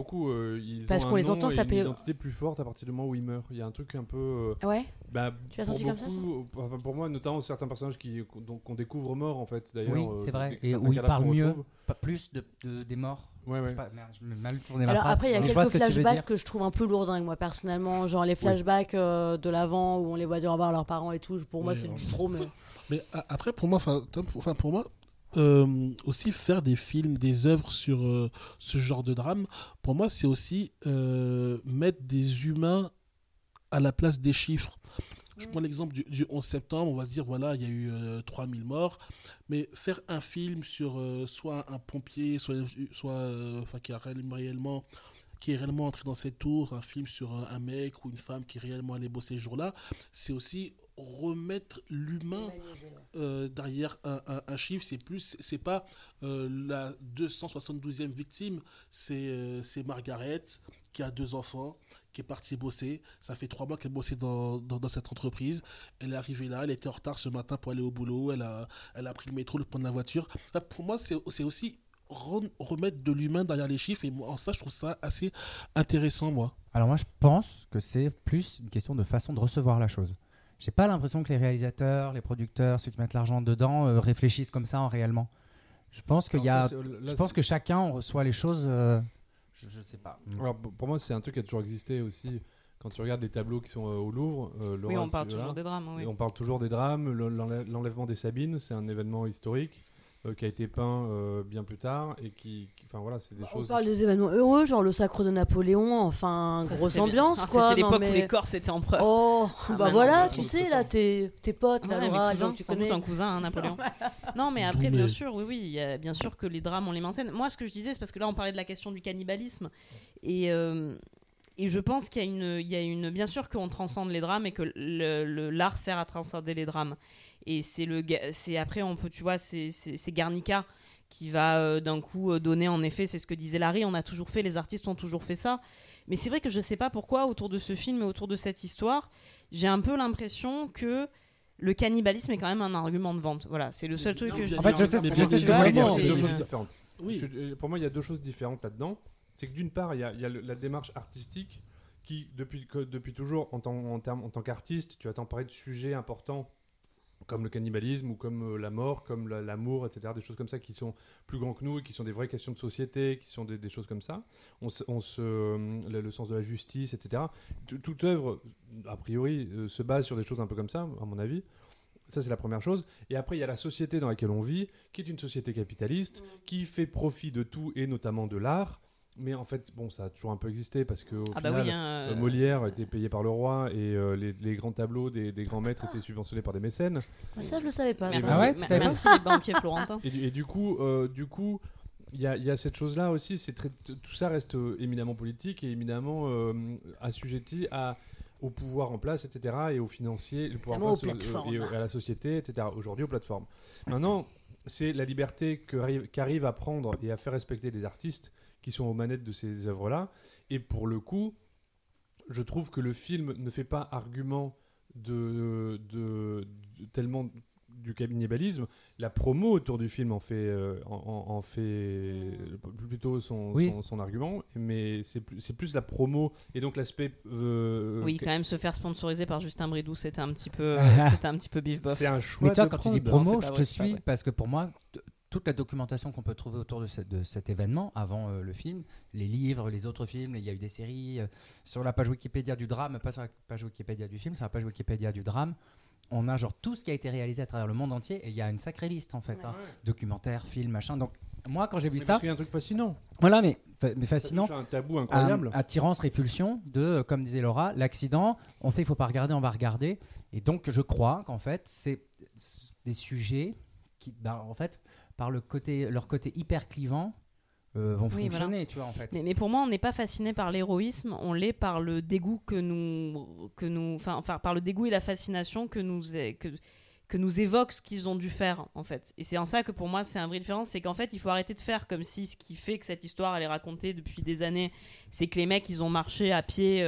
ils Parce ont qu'on un les nom entend et s'appeler- une identité plus forte à partir du moment où ils meurent. Il y a un truc un peu... Ouais. Tu l'as senti comme ça, enfin, pour moi, notamment certains personnages qu'on découvre morts, en fait, d'ailleurs. Oui, c'est vrai. des- Et certains où il cadavres parle qu'on mieux, retrouve. pas plus des morts. Ouais, Je ouais. sais pas, merde, je me mal tourné ma Alors phrase. après, il y a Mais je vois quelques ce que tu veux dire. flashbacks que je trouve un peu lourdingues, moi, personnellement. Genre les flashbacks de l'avant où on les voit dire au revoir à leurs parents et tout. Pour moi, Oui, c'est ouais. du trop, mais... Mais après, pour moi, pour moi, aussi faire des films, des œuvres sur ce genre de drame, pour moi, c'est aussi mettre des humains à la place des chiffres. Je prends l'exemple du 11 septembre, on va se dire, voilà, il y a eu 3000 morts, mais faire un film sur soit un pompier, soit qui a réellement qui est réellement entré dans cette tour, un film sur un mec ou une femme qui est réellement allé bosser ce jour-là, c'est aussi remettre l'humain derrière un chiffre. C'est pas la 272e victime, c'est Margaret qui a 2 enfants, qui est partie bosser. Ça fait 3 mois qu'elle bossait dans cette entreprise. Elle est arrivée là, elle était en retard ce matin pour aller au boulot, elle a pris le métro, prendre la voiture. Là, pour moi, c'est aussi remettre de l'humain derrière les chiffres, et moi, en ça, je trouve ça assez intéressant, moi. Alors moi, je pense que c'est plus une question de façon de recevoir la chose. J'ai pas l'impression que les réalisateurs, les producteurs, ceux qui mettent l'argent dedans réfléchissent comme ça réellement. Je pense qu'il y a, je pense que chacun reçoit les choses. Je sais pas. Alors pour moi, c'est un truc qui a toujours existé aussi. Quand tu regardes les tableaux qui sont au Louvre, Laura, Oui, on parle toujours des drames. Oui. et on parle toujours des drames. L'enlèvement des Sabines, c'est un événement historique qui a été peint bien plus tard et enfin voilà, c'est des On choses. parle des événements heureux, genre le sacre de Napoléon, enfin, Ça, grosse c'était ambiance, bien. quoi. C'était l'époque Non, où mais- les Corses étaient empereurs. Oh, bah non, voilà, non, tu non, sais, non. là, tes potes, là, Ouais, Laura, mes les gens cousins, que tu sans doute connais. un cousin, hein, Napoléon. Non, mais après, D'où bien mes- sûr, oui, il y a bien sûr que les drames, on les met en scène. Moi, ce que je disais, c'est parce que là, on parlait de la question du cannibalisme. Et je pense qu'il y a une... Bien sûr qu'on transcende les drames et que l'art sert à transcender les drames. Et c'est après, on peut, tu vois, c'est Guernica qui va d'un coup donner, en effet, c'est ce que disait Larry, on a toujours fait, les artistes ont toujours fait ça. Mais c'est vrai que je sais pas pourquoi, autour de ce film et autour de cette histoire, j'ai un peu l'impression que le cannibalisme est quand même un argument de vente. Voilà, c'est le seul truc que je... En fait, je sais Mais ce bien que tu évidemment, voulais dire. C'est deux c'est- choses différentes. Oui. Pour moi, il y a 2 choses différentes là-dedans. C'est que d'une part, il y a la démarche artistique qui, depuis toujours, en tant qu'artiste, tu vas t'emparer de sujets importants comme le cannibalisme ou comme la mort, comme l'amour, etc. Des choses comme ça qui sont plus grands que nous et qui sont des vraies questions de société, qui sont des choses comme ça. Le sens de la justice, etc. Toute œuvre, a priori, se base sur des choses un peu comme ça, à mon avis. Ça, c'est la première chose. Et après, il y a la société dans laquelle on vit, qui est une société capitaliste, qui fait profit de tout, et notamment de l'art. Mais en fait, bon, ça a toujours un peu existé, parce qu'au final, oui, hein, Molière était payé par le roi, et les grands tableaux des grands maîtres étaient subventionnés par des mécènes. Ah, ça, je le savais pas. Merci, ça. Ah ouais, tu savais pas merci les banquiers florentins. Et du coup, il y a cette chose-là aussi. Tout ça reste éminemment politique et éminemment assujetti au pouvoir en place, etc., et aux financiers, le pouvoir en Notamment place, aux plateformes. et à la société, etc. Aujourd'hui, aux plateformes. Maintenant, c'est la liberté qu'arrivent à prendre et à faire respecter les artistes qui sont aux manettes de ces œuvres-là. Et pour le coup, je trouve que le film ne fait pas argument tellement du cannibalisme. La promo autour du film en fait plutôt son argument, mais c'est plus la promo et donc l'aspect. Oui, quand même se faire sponsoriser par Justin Bridou, c'était un petit peu bif bof. C'est un choix. Mais toi, de quand tu dis prod. promo, c'est je pas te vrai, c'est pas suis vrai. parce que pour moi, toute la documentation qu'on peut trouver autour de cet événement, avant le film, les livres, les autres films, il y a eu des séries sur la page Wikipédia du drame, pas sur la page Wikipédia du film, sur la page Wikipédia du drame. On a genre tout ce qui a été réalisé à travers le monde entier et il y a une sacrée liste en fait, hein. Documentaires, films, machin. Donc moi, quand j'ai vu Mais ça, parce qu'il y a un truc fascinant. voilà, mais fascinant. C'est un tabou incroyable. Attirance, répulsion de, comme disait Laura, l'accident. On sait qu'il faut pas regarder, on va regarder. Et donc, je crois qu'en fait, c'est des sujets qui, en fait, par leur côté hyper clivant, vont Oui, fonctionner, tu vois, en fait. Mais pour moi, on n'est pas fasciné par l'héroïsme, on l'est par le dégoût par le dégoût et la fascination que nous évoque ce qu'ils ont dû faire, en fait. Et c'est en ça que pour moi, c'est un vrai différence, c'est qu'en fait, il faut arrêter de faire comme si ce qui fait que cette histoire, elle est racontée depuis des années, c'est que les mecs, ils ont marché à pied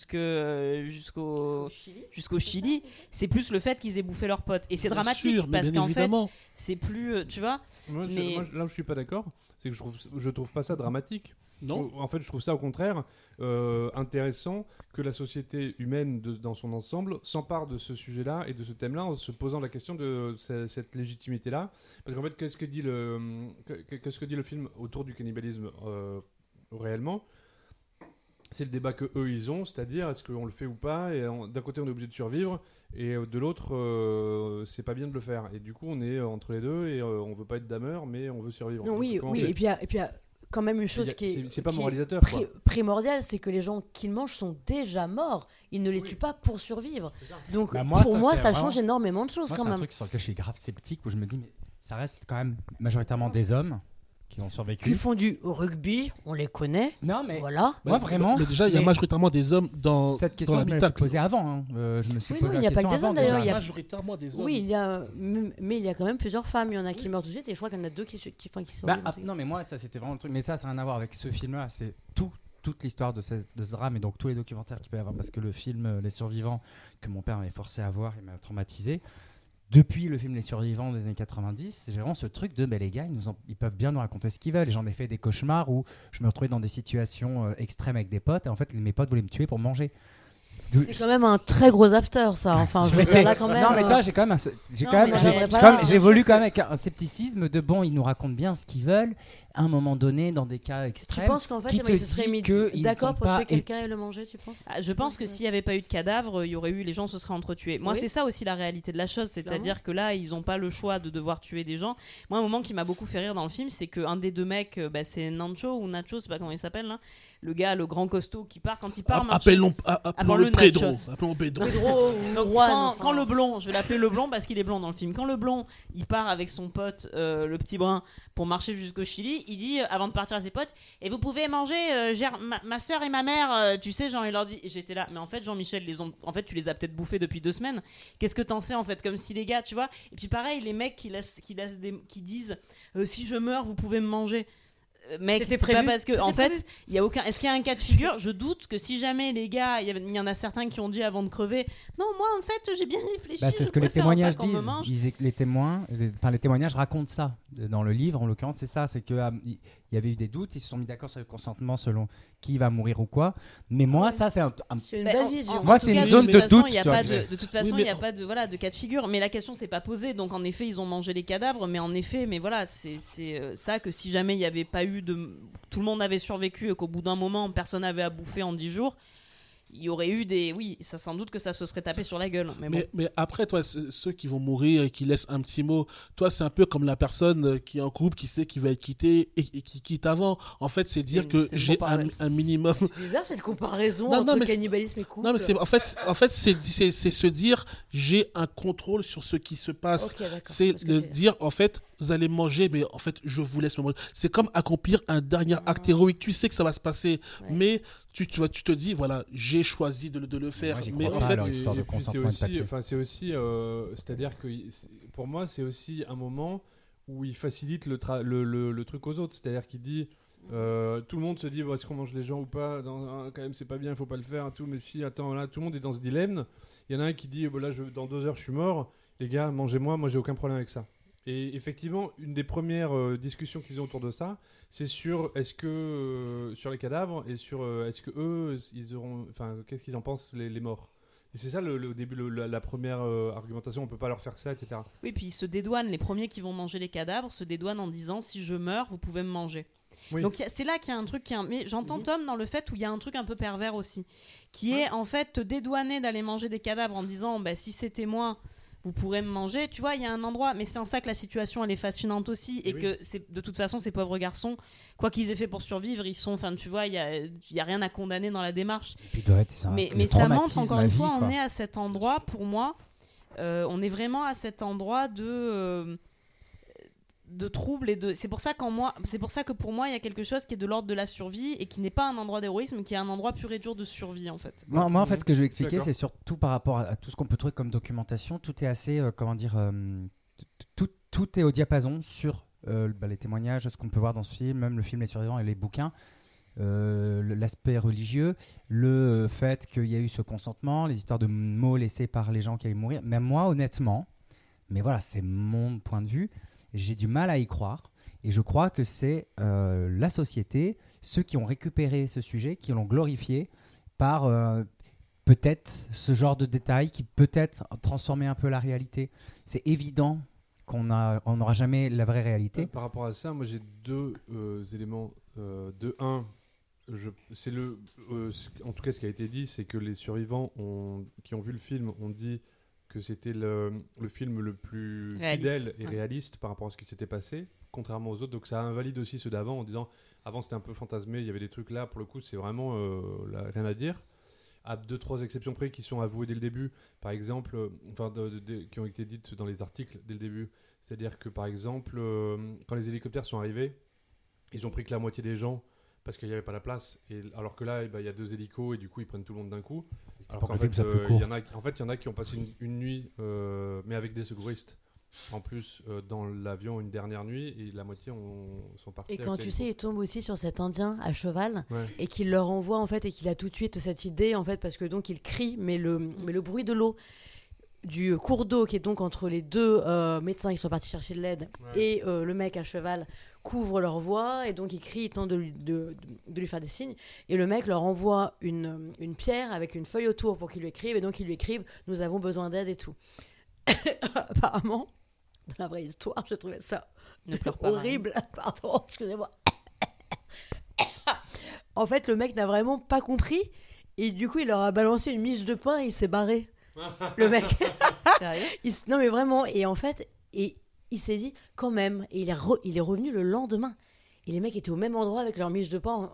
jusqu'au Chili. C'est plus le fait qu'ils aient bouffé leurs potes. Et c'est Bien dramatique, sûr, mais parce bien qu'en fait, évidemment. c'est plus, tu vois. Moi, mais- là où je suis pas d'accord, c'est que je trouve pas ça dramatique. Non. En fait, je trouve ça au contraire intéressant que la société humaine dans son ensemble s'empare de ce sujet-là et de ce thème-là en se posant la question de cette légitimité-là. Parce qu'en fait, qu'est-ce que dit le film autour du cannibalisme réellement ? C'est le débat que eux ils ont, c'est-à-dire est-ce qu'on le fait ou pas, et d'un côté on est obligé de survivre et de l'autre c'est pas bien de le faire, et du coup on est entre les deux et on veut pas être dameur mais on veut survivre. Non, Donc, oui, comment on oui. fait Et puis il y a quand même une chose qui est. c'est pas qui est moralisateur, quoi. primordiale, c'est que les gens qui le mangent sont déjà morts. Ils ne les tuent pas pour survivre. Donc Bah, moi, pour ça, moi, c'est ça vraiment- change énormément de choses Moi, quand c'est un même. truc sur lequel je suis grave sceptique, où je me dis, mais ça reste quand même majoritairement des hommes qui ont survécu. Qui font du rugby, on les connaît. Non, mais Voilà. moi, vraiment. Mais déjà, il y a majoritairement des hommes dans Cette question, je me la suis l'habitacle. posée avant. Hein. Je me suis Oui, posé non, la il n'y a pas question que des avant, hommes, d'ailleurs, déjà. il y a- Majoritairement des hommes. Oui, mais il y a quand même plusieurs femmes. Il y en a qui meurent tout de suite et je crois qu'il y en a 2 qui sont Bah, non, mais moi, ça, c'était vraiment le truc. Mais ça n'a rien à voir avec ce film-là. C'est toute l'histoire de ce drame et donc tous les documentaires qu'il peut y avoir. Parce que le film Les Survivants, que mon père m'avait forcé à voir, il m'a traumatisé. Depuis le film Les Survivants des années 90, j'ai vraiment ce truc de les gars, ils peuvent bien nous raconter ce qu'ils veulent. Et j'en ai fait des cauchemars où je me retrouvais dans des situations extrêmes avec des potes. Et en fait, mes potes voulaient me tuer pour manger. C'est quand même un très gros after, ça. Enfin, je veux dire là quand même. Non, mais toi, j'ai quand même, mais j'évolue quand même avec un scepticisme de ils nous racontent bien ce qu'ils veulent. À un moment donné, dans des cas Tu extrêmes, penses qu'en fait, qui ils te se seraient dit mis qu'ils d'accord sont pour pas tuer quelqu'un et le manger, tu penses? Je pense que s'il n'y avait pas eu de cadavres, il y aurait eu les gens se seraient entretués. Moi, Oui. c'est ça aussi la réalité de la chose, c'est-à-dire que là, ils n'ont pas le choix de devoir tuer des gens. Moi, un moment qui m'a beaucoup fait rire dans le film, c'est qu'un des 2 mecs, c'est Nacho ou Nacho, je sais pas comment il s'appelle là, le gars, le grand costaud qui part quand il part. Appelons-le Pedro. Nachos. Appelons Pedro. Pedro ou Donc, Juan, quand le blond, je vais l'appeler le blond parce qu'il est blond dans le film. Quand le blond, il part avec son pote, le petit brun, pour marcher jusqu'au Chili, il dit avant de partir à ses potes, et vous pouvez manger, ma soeur et ma mère, tu sais, genre il leur dit. Et j'étais là, mais en fait Jean-Michel, en fait tu les as peut-être bouffés depuis 2 semaines. Qu'est-ce que t'en sais en fait, comme si les gars, tu vois. Et puis pareil, les mecs qui disent, si je meurs, vous pouvez me manger. Mec, C'était c'est pas prévu. parce que C'était en fait, prévu. il y a aucun. Est-ce qu'il y a un cas de figure? Je doute que si jamais les gars, il y en a certains qui ont dit avant de crever, non, moi en fait, j'ai bien réfléchi. c'est je ce que les préfère témoignages pas qu'on me disent. mange. Les témoignages racontent ça. Dans le livre, en l'occurrence, c'est ça. C'est qu'il y avait eu des doutes, ils se sont mis d'accord sur le consentement selon qui va mourir ou quoi. Mais moi, ça, c'est un C'est une Bah, belle en- vision. Moi, en c'est tout une cas, zone toute de façon, doute, il y a tu vois, pas que de j'ai. toute façon, Oui, il n'y a mais pas de cas de figure. Mais la question, c'est pas posée. Donc, en effet, ils ont mangé les cadavres. Mais en effet, voilà, c'est ça que si jamais il n'y avait pas eu de. Tout le monde avait survécu et qu'au bout d'un moment, personne n'avait à bouffer en 10 jours. Il y aurait eu des. Oui, ça sans doute que ça se serait tapé sur la gueule. Mais bon. Mais après, toi, ceux qui vont mourir et qui laissent un petit mot, toi, c'est un peu comme la personne qui est en couple, qui sait qu'il va être quitté et qui quitte avant. En fait, c'est dire que c'est le j'ai beau parallèle. un minimum. C'est bizarre cette comparaison Non, non, entre mais cannibalisme et couple. Non, mais en fait, c'est se dire j'ai un contrôle sur ce qui se passe. Ok, d'accord. C'est Parce que le j'ai- dire en fait vous allez manger, mais en fait je vous laisse me manger. C'est comme accomplir un dernier acte héroïque. Tu sais que ça va se passer, Ouais. mais tu te dis voilà j'ai choisi de le faire. Moi, j'y Mais crois en pas, fait alors, histoire de et puis c'est consentement et de aussi, papier. enfin c'est aussi, c'est-à-dire que pour moi c'est aussi un moment où il facilite le truc aux autres, c'est-à-dire qu'il dit tout le monde se dit bon, est-ce qu'on mange les gens ou pas, quand même c'est pas bien, il faut pas le faire, tout, mais si attends là tout le monde est dans ce dilemme. Il y en a un qui dit bon, là dans 2 heures je suis mort, les gars mangez-moi, moi j'ai aucun problème avec ça. Et effectivement, une des premières discussions qu'ils ont autour de ça, c'est sur est-ce que sur les cadavres et sur est-ce que eux ils auront, enfin qu'est-ce qu'ils en pensent les morts. Et c'est ça au début la première argumentation, on peut pas leur faire ça, etc. Oui, puis ils se dédouanent. Les premiers qui vont manger les cadavres se dédouanent en disant si je meurs, vous pouvez me manger. Oui. Donc c'est là qu'il y a un truc qui est mais j'entends Tom dans le fait où il y a un truc un peu pervers aussi, qui est en fait te dédouaner d'aller manger des cadavres en disant bah, si c'était moi vous pourrez me manger, tu vois, il y a un endroit, mais c'est en ça que la situation elle est fascinante aussi et Oui. que c'est de toute façon ces pauvres garçons, quoi qu'ils aient fait pour survivre, ils sont, enfin tu vois, il y a rien à condamner dans la démarche. Et puis, doit être, c'est un- Mais le ça montre traumatisme encore à une vie, fois, quoi. on est à cet endroit pour moi, on est vraiment à cet endroit de trouble et de. C'est pour ça que pour moi il y a quelque chose qui est de l'ordre de la survie et qui n'est pas un endroit d'héroïsme, qui est un endroit pur et dur de survie en fait. Moi, en fait, ce que je vais expliquer, D'accord. c'est surtout par rapport à tout ce qu'on peut trouver comme documentation. Tout est assez, comment dire, tout est au diapason sur les témoignages, ce qu'on peut voir dans ce film, même le film Les Survivants et les bouquins. L'aspect religieux, le fait qu'il y a eu ce consentement, les histoires de mots laissés par les gens qui allaient mourir. Même moi, honnêtement, mais voilà, c'est mon point de vue, j'ai du mal à y croire. Et je crois que c'est la société, ceux qui ont récupéré ce sujet, qui l'ont glorifié par peut-être ce genre de détails qui peut-être transformer un peu la réalité. C'est évident on n'aura jamais la vraie réalité. Par rapport à ça, moi j'ai 2 éléments. De 1, c'est en tout cas ce qui a été dit, c'est que les survivants qui ont vu le film ont dit que c'était le film le plus fidèle et réaliste par rapport à ce qui s'était passé, contrairement aux autres. Donc ça invalide aussi ceux d'avant en disant avant c'était un peu fantasmé, il y avait des trucs là, pour le coup c'est vraiment rien à dire. À 2-3 exceptions près qui sont avouées dès le début, par exemple, qui ont été dites dans les articles dès le début. C'est-à-dire que par exemple, quand les hélicoptères sont arrivés, ils ont pris que la moitié des gens parce qu'il n'y avait pas la place. Et, alors que là, il y a 2 hélicos et du coup, ils prennent tout le monde d'un coup. Alors qu'en fait, il y en a qui ont passé une nuit, mais avec des secouristes. En plus, dans l'avion, une dernière nuit, et la moitié sont partis. Et quand tu sais, il tombe aussi sur cet Indien à cheval, Ouais. et qu'il leur envoie en fait, et qu'il a tout de suite cette idée en fait, parce que donc il crie, mais le bruit de l'eau du cours d'eau qui est donc entre les deux médecins qui sont partis chercher de l'aide et le mec à cheval couvre leur voix, et donc il crie, il tente de lui faire des signes, et le mec leur envoie une pierre avec une feuille autour pour qu'ils lui écrivent, et donc ils lui écrivent « Nous avons besoin d'aide » et tout. Apparemment, dans la vraie histoire, je trouvais ça horrible. Pardon, excusez-moi. En fait, le mec n'a vraiment pas compris, et du coup, il leur a balancé une miche de pain et il s'est barré. Le mec. Sérieux? Non, mais vraiment. Et en fait, il s'est dit quand même. Et il est revenu le lendemain. Et les mecs étaient au même endroit avec leur miche de pain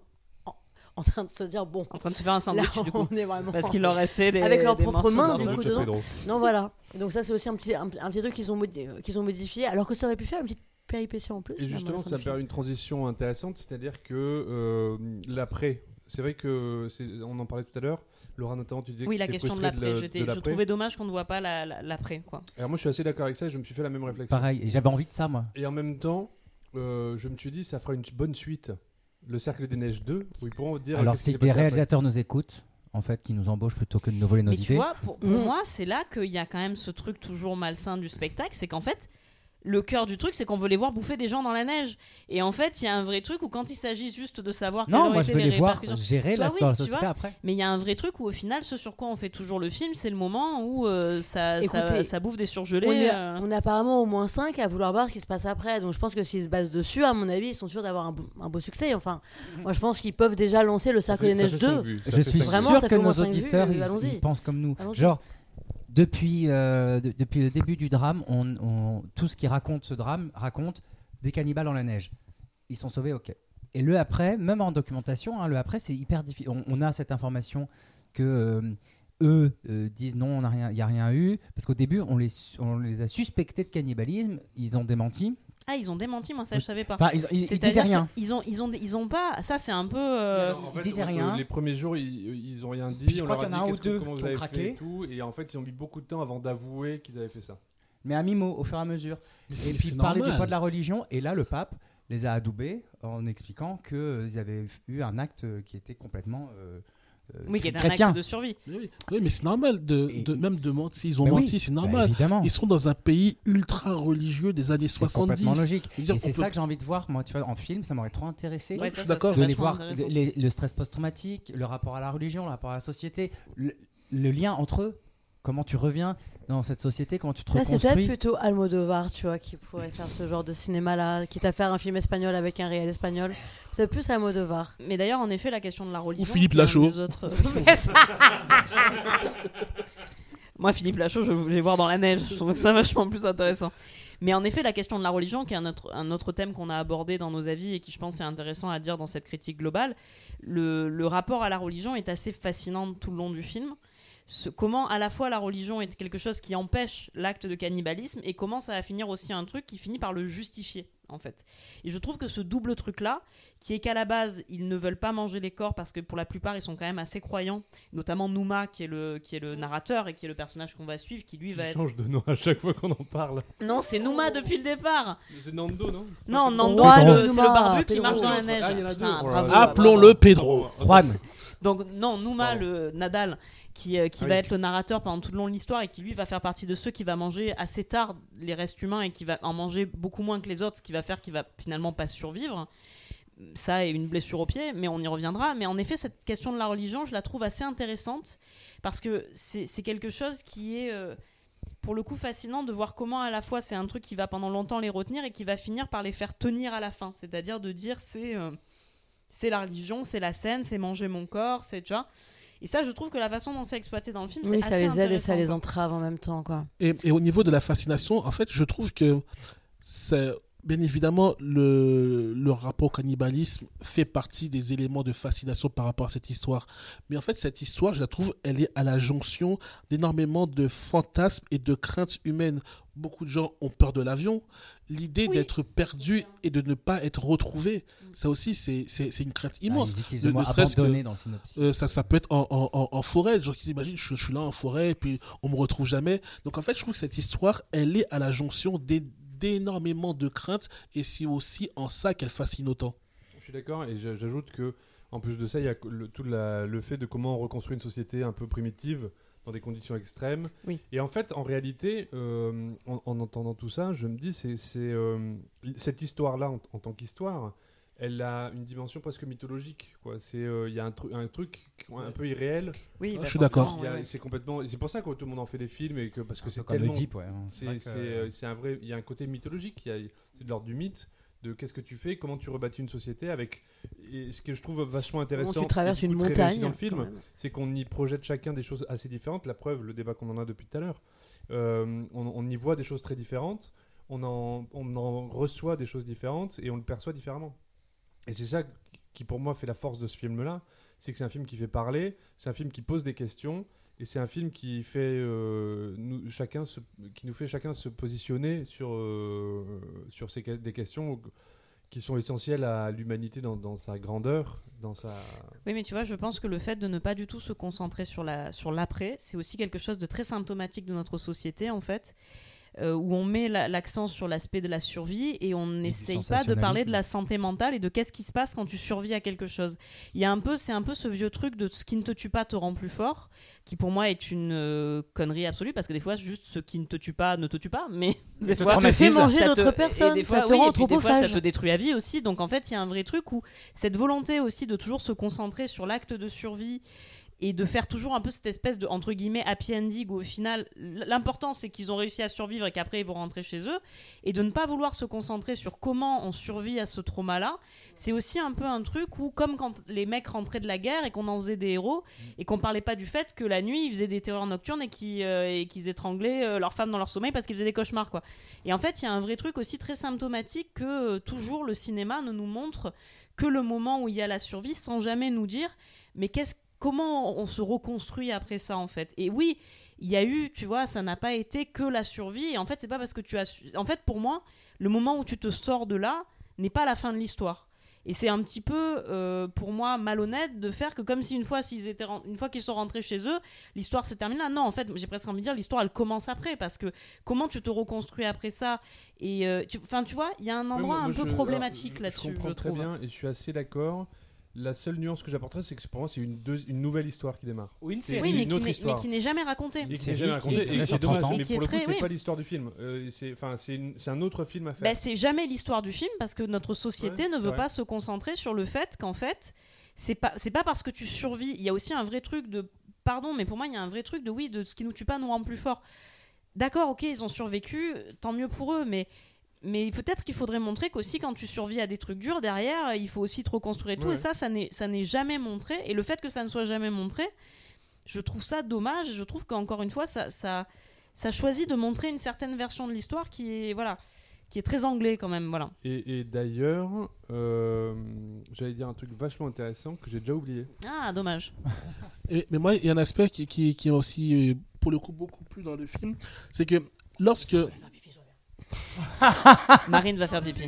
en train de se dire bon. En train de se faire un sandwich, là, du coup. on est vraiment... Parce qu'il leur restait des. Avec leurs des propres mains, morceaux de du coup, Sandwich à dedans. Pedro. Non, voilà. Et donc, ça, c'est aussi un petit truc qu'ils ont modifié. Alors que ça aurait pu faire une petite péripétie en plus. Et justement, ça permet une transition intéressante, c'est-à-dire que l'après, c'est vrai que on en parlait tout à l'heure. Laura, notamment, tu disais Oui, que la tu étais question de frustrée l'après. Je trouvais dommage qu'on ne voit pas l'après, quoi. Alors moi, je suis assez d'accord avec ça, et je me suis fait la même réflexion. Pareil, et j'avais envie de ça, moi. Et en même temps, je me suis dit, ça fera une bonne suite. Le Cercle des Neiges 2, où ils pourront dire... Alors, qu'est-ce qui si s'est des passé après. réalisateurs nous écoutent, en fait, qui nous embauchent plutôt que de nous voler nos Mais idées. tu vois, pour moi, c'est là qu'il y a quand même ce truc toujours malsain du spectacle, c'est qu'en fait, le cœur du truc, c'est qu'on veut les voir bouffer des gens dans la neige. Et en fait, il y a un vrai truc où quand il s'agit juste de savoir quelles Non, ont moi, je été veux les voir répercussions... gérer Tu vois, dans la tu société vois. après. Mais il y a un vrai truc où au final, ce sur quoi on fait toujours le film, c'est le moment où Écoutez, ça bouffe des surgelés. On est apparemment au moins 5 à vouloir voir ce qui se passe après. Donc je pense que s'ils se basent dessus, à mon avis, ils sont sûrs d'avoir un beau succès. Enfin, moi je pense qu'ils peuvent déjà lancer le Cercle des Neiges 2. Je suis Vraiment, sûr ça que fait au moins nos 5 vues, auditeurs, allons-y. ils pensent comme nous. Allons-y. Genre, depuis le début du drame, tout ce qui raconte ce drame raconte des cannibales dans la neige. Ils sont sauvés, ok. Et le après, même en documentation, le après, c'est hyper difficile. On a cette information que eux disent non, il n'y a rien eu. Parce qu'au début, on les a suspectés de cannibalisme. Ils ont démenti. Ah, ils ont démenti, moi ça je savais pas. Enfin, ils disaient rien. Ils ont pas. Ça c'est un peu. Ils disaient rien. Les premiers jours, ils ont rien dit. Puis je on crois leur a qu'il y en a dit un ou deux comment qui vous ont avez craqué. fait et tout. Et en fait, ils ont mis beaucoup de temps avant d'avouer qu'ils avaient fait ça. Mais à mi-mot, au fur et à mesure. Mais Et puis c'est parler du normal. poids de la religion. Et là, le pape les a adoubés en expliquant qu'ils avaient eu un acte qui était complètement Oui, qui est un chrétien. acte de survie. Oui, mais c'est normal même de mentir. S'ils ont Mais oui, menti, c'est bah, normal. évidemment. Ils sont dans un pays ultra religieux des années C'est 70. complètement logique. Je veux dire, Et on c'est peut- ça que j'ai envie de voir, moi, tu vois, en film, ça m'aurait trop intéressé. Ouais, je ça, suis ça d'accord. serait De les vachement voir, intéressant. le stress post-traumatique, le rapport à la religion, le rapport à la société, le lien entre eux. Comment tu reviens dans cette société, comment tu te Là, c'est peut-être reconstruis. plutôt Almodovar, tu vois, qui pourrait faire ce genre de cinéma-là, quitte à faire un film espagnol avec un réel espagnol. C'est plus Almodovar. Mais d'ailleurs, en effet, la question de la religion. Philippe qui est un Lachaud. des autres- Moi, Philippe Lachaud, je vais voir dans la neige. Je trouve ça vachement plus intéressant. Mais en effet, la question de la religion, qui est un autre thème qu'on a abordé dans nos avis et qui, je pense, est intéressant à dire dans cette critique globale, le rapport à la religion est assez fascinant tout le long du film. Comment à la fois la religion est quelque chose qui empêche l'acte de cannibalisme et comment ça va finir aussi un truc qui finit par le justifier en fait. Et je trouve que ce double truc là, qui est qu'à la base ils ne veulent pas manger les corps parce que pour la plupart ils sont quand même assez croyants, notamment Nouma qui est le narrateur et qui est le personnage qu'on va suivre, qui lui va Il être... change de nom à chaque fois qu'on en parle. Non, c'est Nouma depuis le départ. C'est Nando, non? Non, Nando Roi, c'est le le Nouma, barbu qui Pedro. marche dans la Ah, neige. il y en a Putain, deux. bravo, Appelons-le Pedro. Juan. Donc non, Nouma, Pardon. le Nadal, qui Ah va oui. être le narrateur pendant tout le long de l'histoire et qui lui va faire partie de ceux qui va manger assez tard les restes humains et qui va en manger beaucoup moins que les autres, ce qui va faire qu'il va finalement pas survivre. Ça et une blessure au pied, mais on y reviendra. Mais en effet, cette question de la religion, je la trouve assez intéressante parce que c'est quelque chose qui est... pour le coup fascinant de voir comment à la fois c'est un truc qui va pendant longtemps les retenir et qui va finir par les faire tenir à la fin, c'est-à-dire de dire c'est la religion, c'est la scène, c'est manger mon corps, c'est, tu vois. Et ça, je trouve que la façon dont c'est exploité dans le film, Oui, c'est ça assez les aide et ça intéressant, les quoi. entrave en même temps, quoi. Et au niveau de la fascination, en fait, je trouve que bien évidemment, le rapport au cannibalisme fait partie des éléments de fascination par rapport à cette histoire. Mais en fait, cette histoire, je la trouve, elle est à la jonction d'énormément de fantasmes et de craintes humaines. Beaucoup de gens ont peur de l'avion. L'idée d'être perdu et de ne pas être retrouvé, ça aussi, c'est une crainte immense. Ils utilisent le mot abandonné dans le synopsis. Ça peut être en forêt. Genre qui s'imagine, je suis là en forêt et puis on me retrouve jamais. Donc en fait, je trouve que cette histoire, elle est à la jonction d'énormément de craintes et c'est aussi en ça qu'elle fascine autant. Je suis d'accord et j'ajoute que en plus de ça, il y a le fait de comment on reconstruit une société un peu primitive dans des conditions extrêmes. Oui. Et en fait, en réalité, en entendant tout ça, je me dis, cette histoire-là, en tant qu'histoire, elle a une dimension presque mythologique, quoi. Il y a un truc un peu irréel. Oui, je suis d'accord. C'est complètement. C'est pour ça que tout le monde en fait des films et que parce que c'est comme tellement. le Deep, ouais. C'est un vrai. Il y a un côté mythologique. C'est de l'ordre du mythe. De qu'est-ce que tu fais, comment tu rebâtis une société avec. Et ce que je trouve vachement intéressant. Comment tu traverses et une très réussi montagne dans le film, c'est qu'on y projette chacun des choses assez différentes. La preuve, le débat qu'on en a depuis tout à l'heure, on y voit des choses très différentes. On en reçoit des choses différentes et on le perçoit différemment. Et c'est ça qui, pour moi, fait la force de ce film-là. C'est que c'est un film qui fait parler, c'est un film qui pose des questions, et c'est un film qui fait qui nous fait chacun se positionner sur des questions qui sont essentielles à l'humanité dans sa grandeur, dans sa... Oui, mais tu vois, je pense que le fait de ne pas du tout se concentrer sur l'après, c'est aussi quelque chose de très symptomatique de notre société, en fait. Où on met l'accent sur l'aspect de la survie et on n'essaye pas de parler de la santé mentale et de qu'est-ce qui se passe quand tu survis à quelque chose. C'est un peu ce vieux truc de ce qui ne te tue pas te rend plus fort, qui pour moi est une connerie absolue, parce que des fois, juste ce qui ne te tue pas ne te tue pas, mais des fois, ça te fait manger d'autres personnes, ça te rend anthropophage. Des fois, ça te détruit la vie aussi. Donc en fait, il y a un vrai truc où cette volonté aussi de toujours se concentrer sur l'acte de survie et de faire toujours un peu cette espèce de, entre guillemets, happy ending où au final, l'important c'est qu'ils ont réussi à survivre et qu'après ils vont rentrer chez eux, et de ne pas vouloir se concentrer sur comment on survit à ce trauma-là, c'est aussi un peu un truc où, comme quand les mecs rentraient de la guerre et qu'on en faisait des héros, et qu'on parlait pas du fait que la nuit ils faisaient des terreurs nocturnes et qu'ils étranglaient leurs femmes dans leur sommeil parce qu'ils faisaient des cauchemars, quoi. Et en fait, il y a un vrai truc aussi très symptomatique que toujours le cinéma ne nous montre que le moment où il y a la survie, sans jamais nous dire mais comment on se reconstruit après ça, en fait. Et oui, il y a eu, tu vois, ça n'a pas été que la survie. Et en fait, c'est pas parce que tu as... En fait, pour moi, le moment où tu te sors de là n'est pas la fin de l'histoire. Et c'est un petit peu, pour moi, malhonnête de faire que comme si une fois qu'ils sont rentrés chez eux, l'histoire s'est terminée là. Non, en fait, j'ai presque envie de dire, l'histoire, elle commence après. Parce que comment tu te reconstruis après ça? Et tu vois, il y a un endroit un peu problématique là-dessus. Je comprends très bien et je suis assez d'accord. La seule nuance que j'apporterai, c'est que pour moi, c'est une nouvelle histoire qui démarre. Oui, mais qui n'est jamais racontée. Et qui n'est jamais racontée. Et c'est dommage, mais pour le coup, c'est pas l'histoire du film. C'est un autre film à faire. Bah, c'est jamais l'histoire du film parce que notre société ne veut pas se concentrer sur le fait qu'en fait, c'est pas parce que tu survis. Il y a aussi un vrai truc de... Pardon, mais pour moi, il y a un vrai truc de ce qui nous tue pas nous rend plus fort. D'accord, ok, ils ont survécu, tant mieux pour eux, mais peut-être qu'il faudrait montrer qu'aussi quand tu survis à des trucs durs derrière, il faut aussi te reconstruire et tout. Et ça n'est jamais montré. Et le fait que ça ne soit jamais montré, je trouve ça dommage. Je trouve qu'encore une fois, ça choisit de montrer une certaine version de l'histoire qui est très anglais quand même. Voilà. Et d'ailleurs, j'allais dire un truc vachement intéressant que j'ai déjà oublié. Ah, dommage. Mais moi, il y a un aspect qui est aussi, pour le coup, beaucoup plus dans le film. C'est que lorsque... Marine va faire pipi.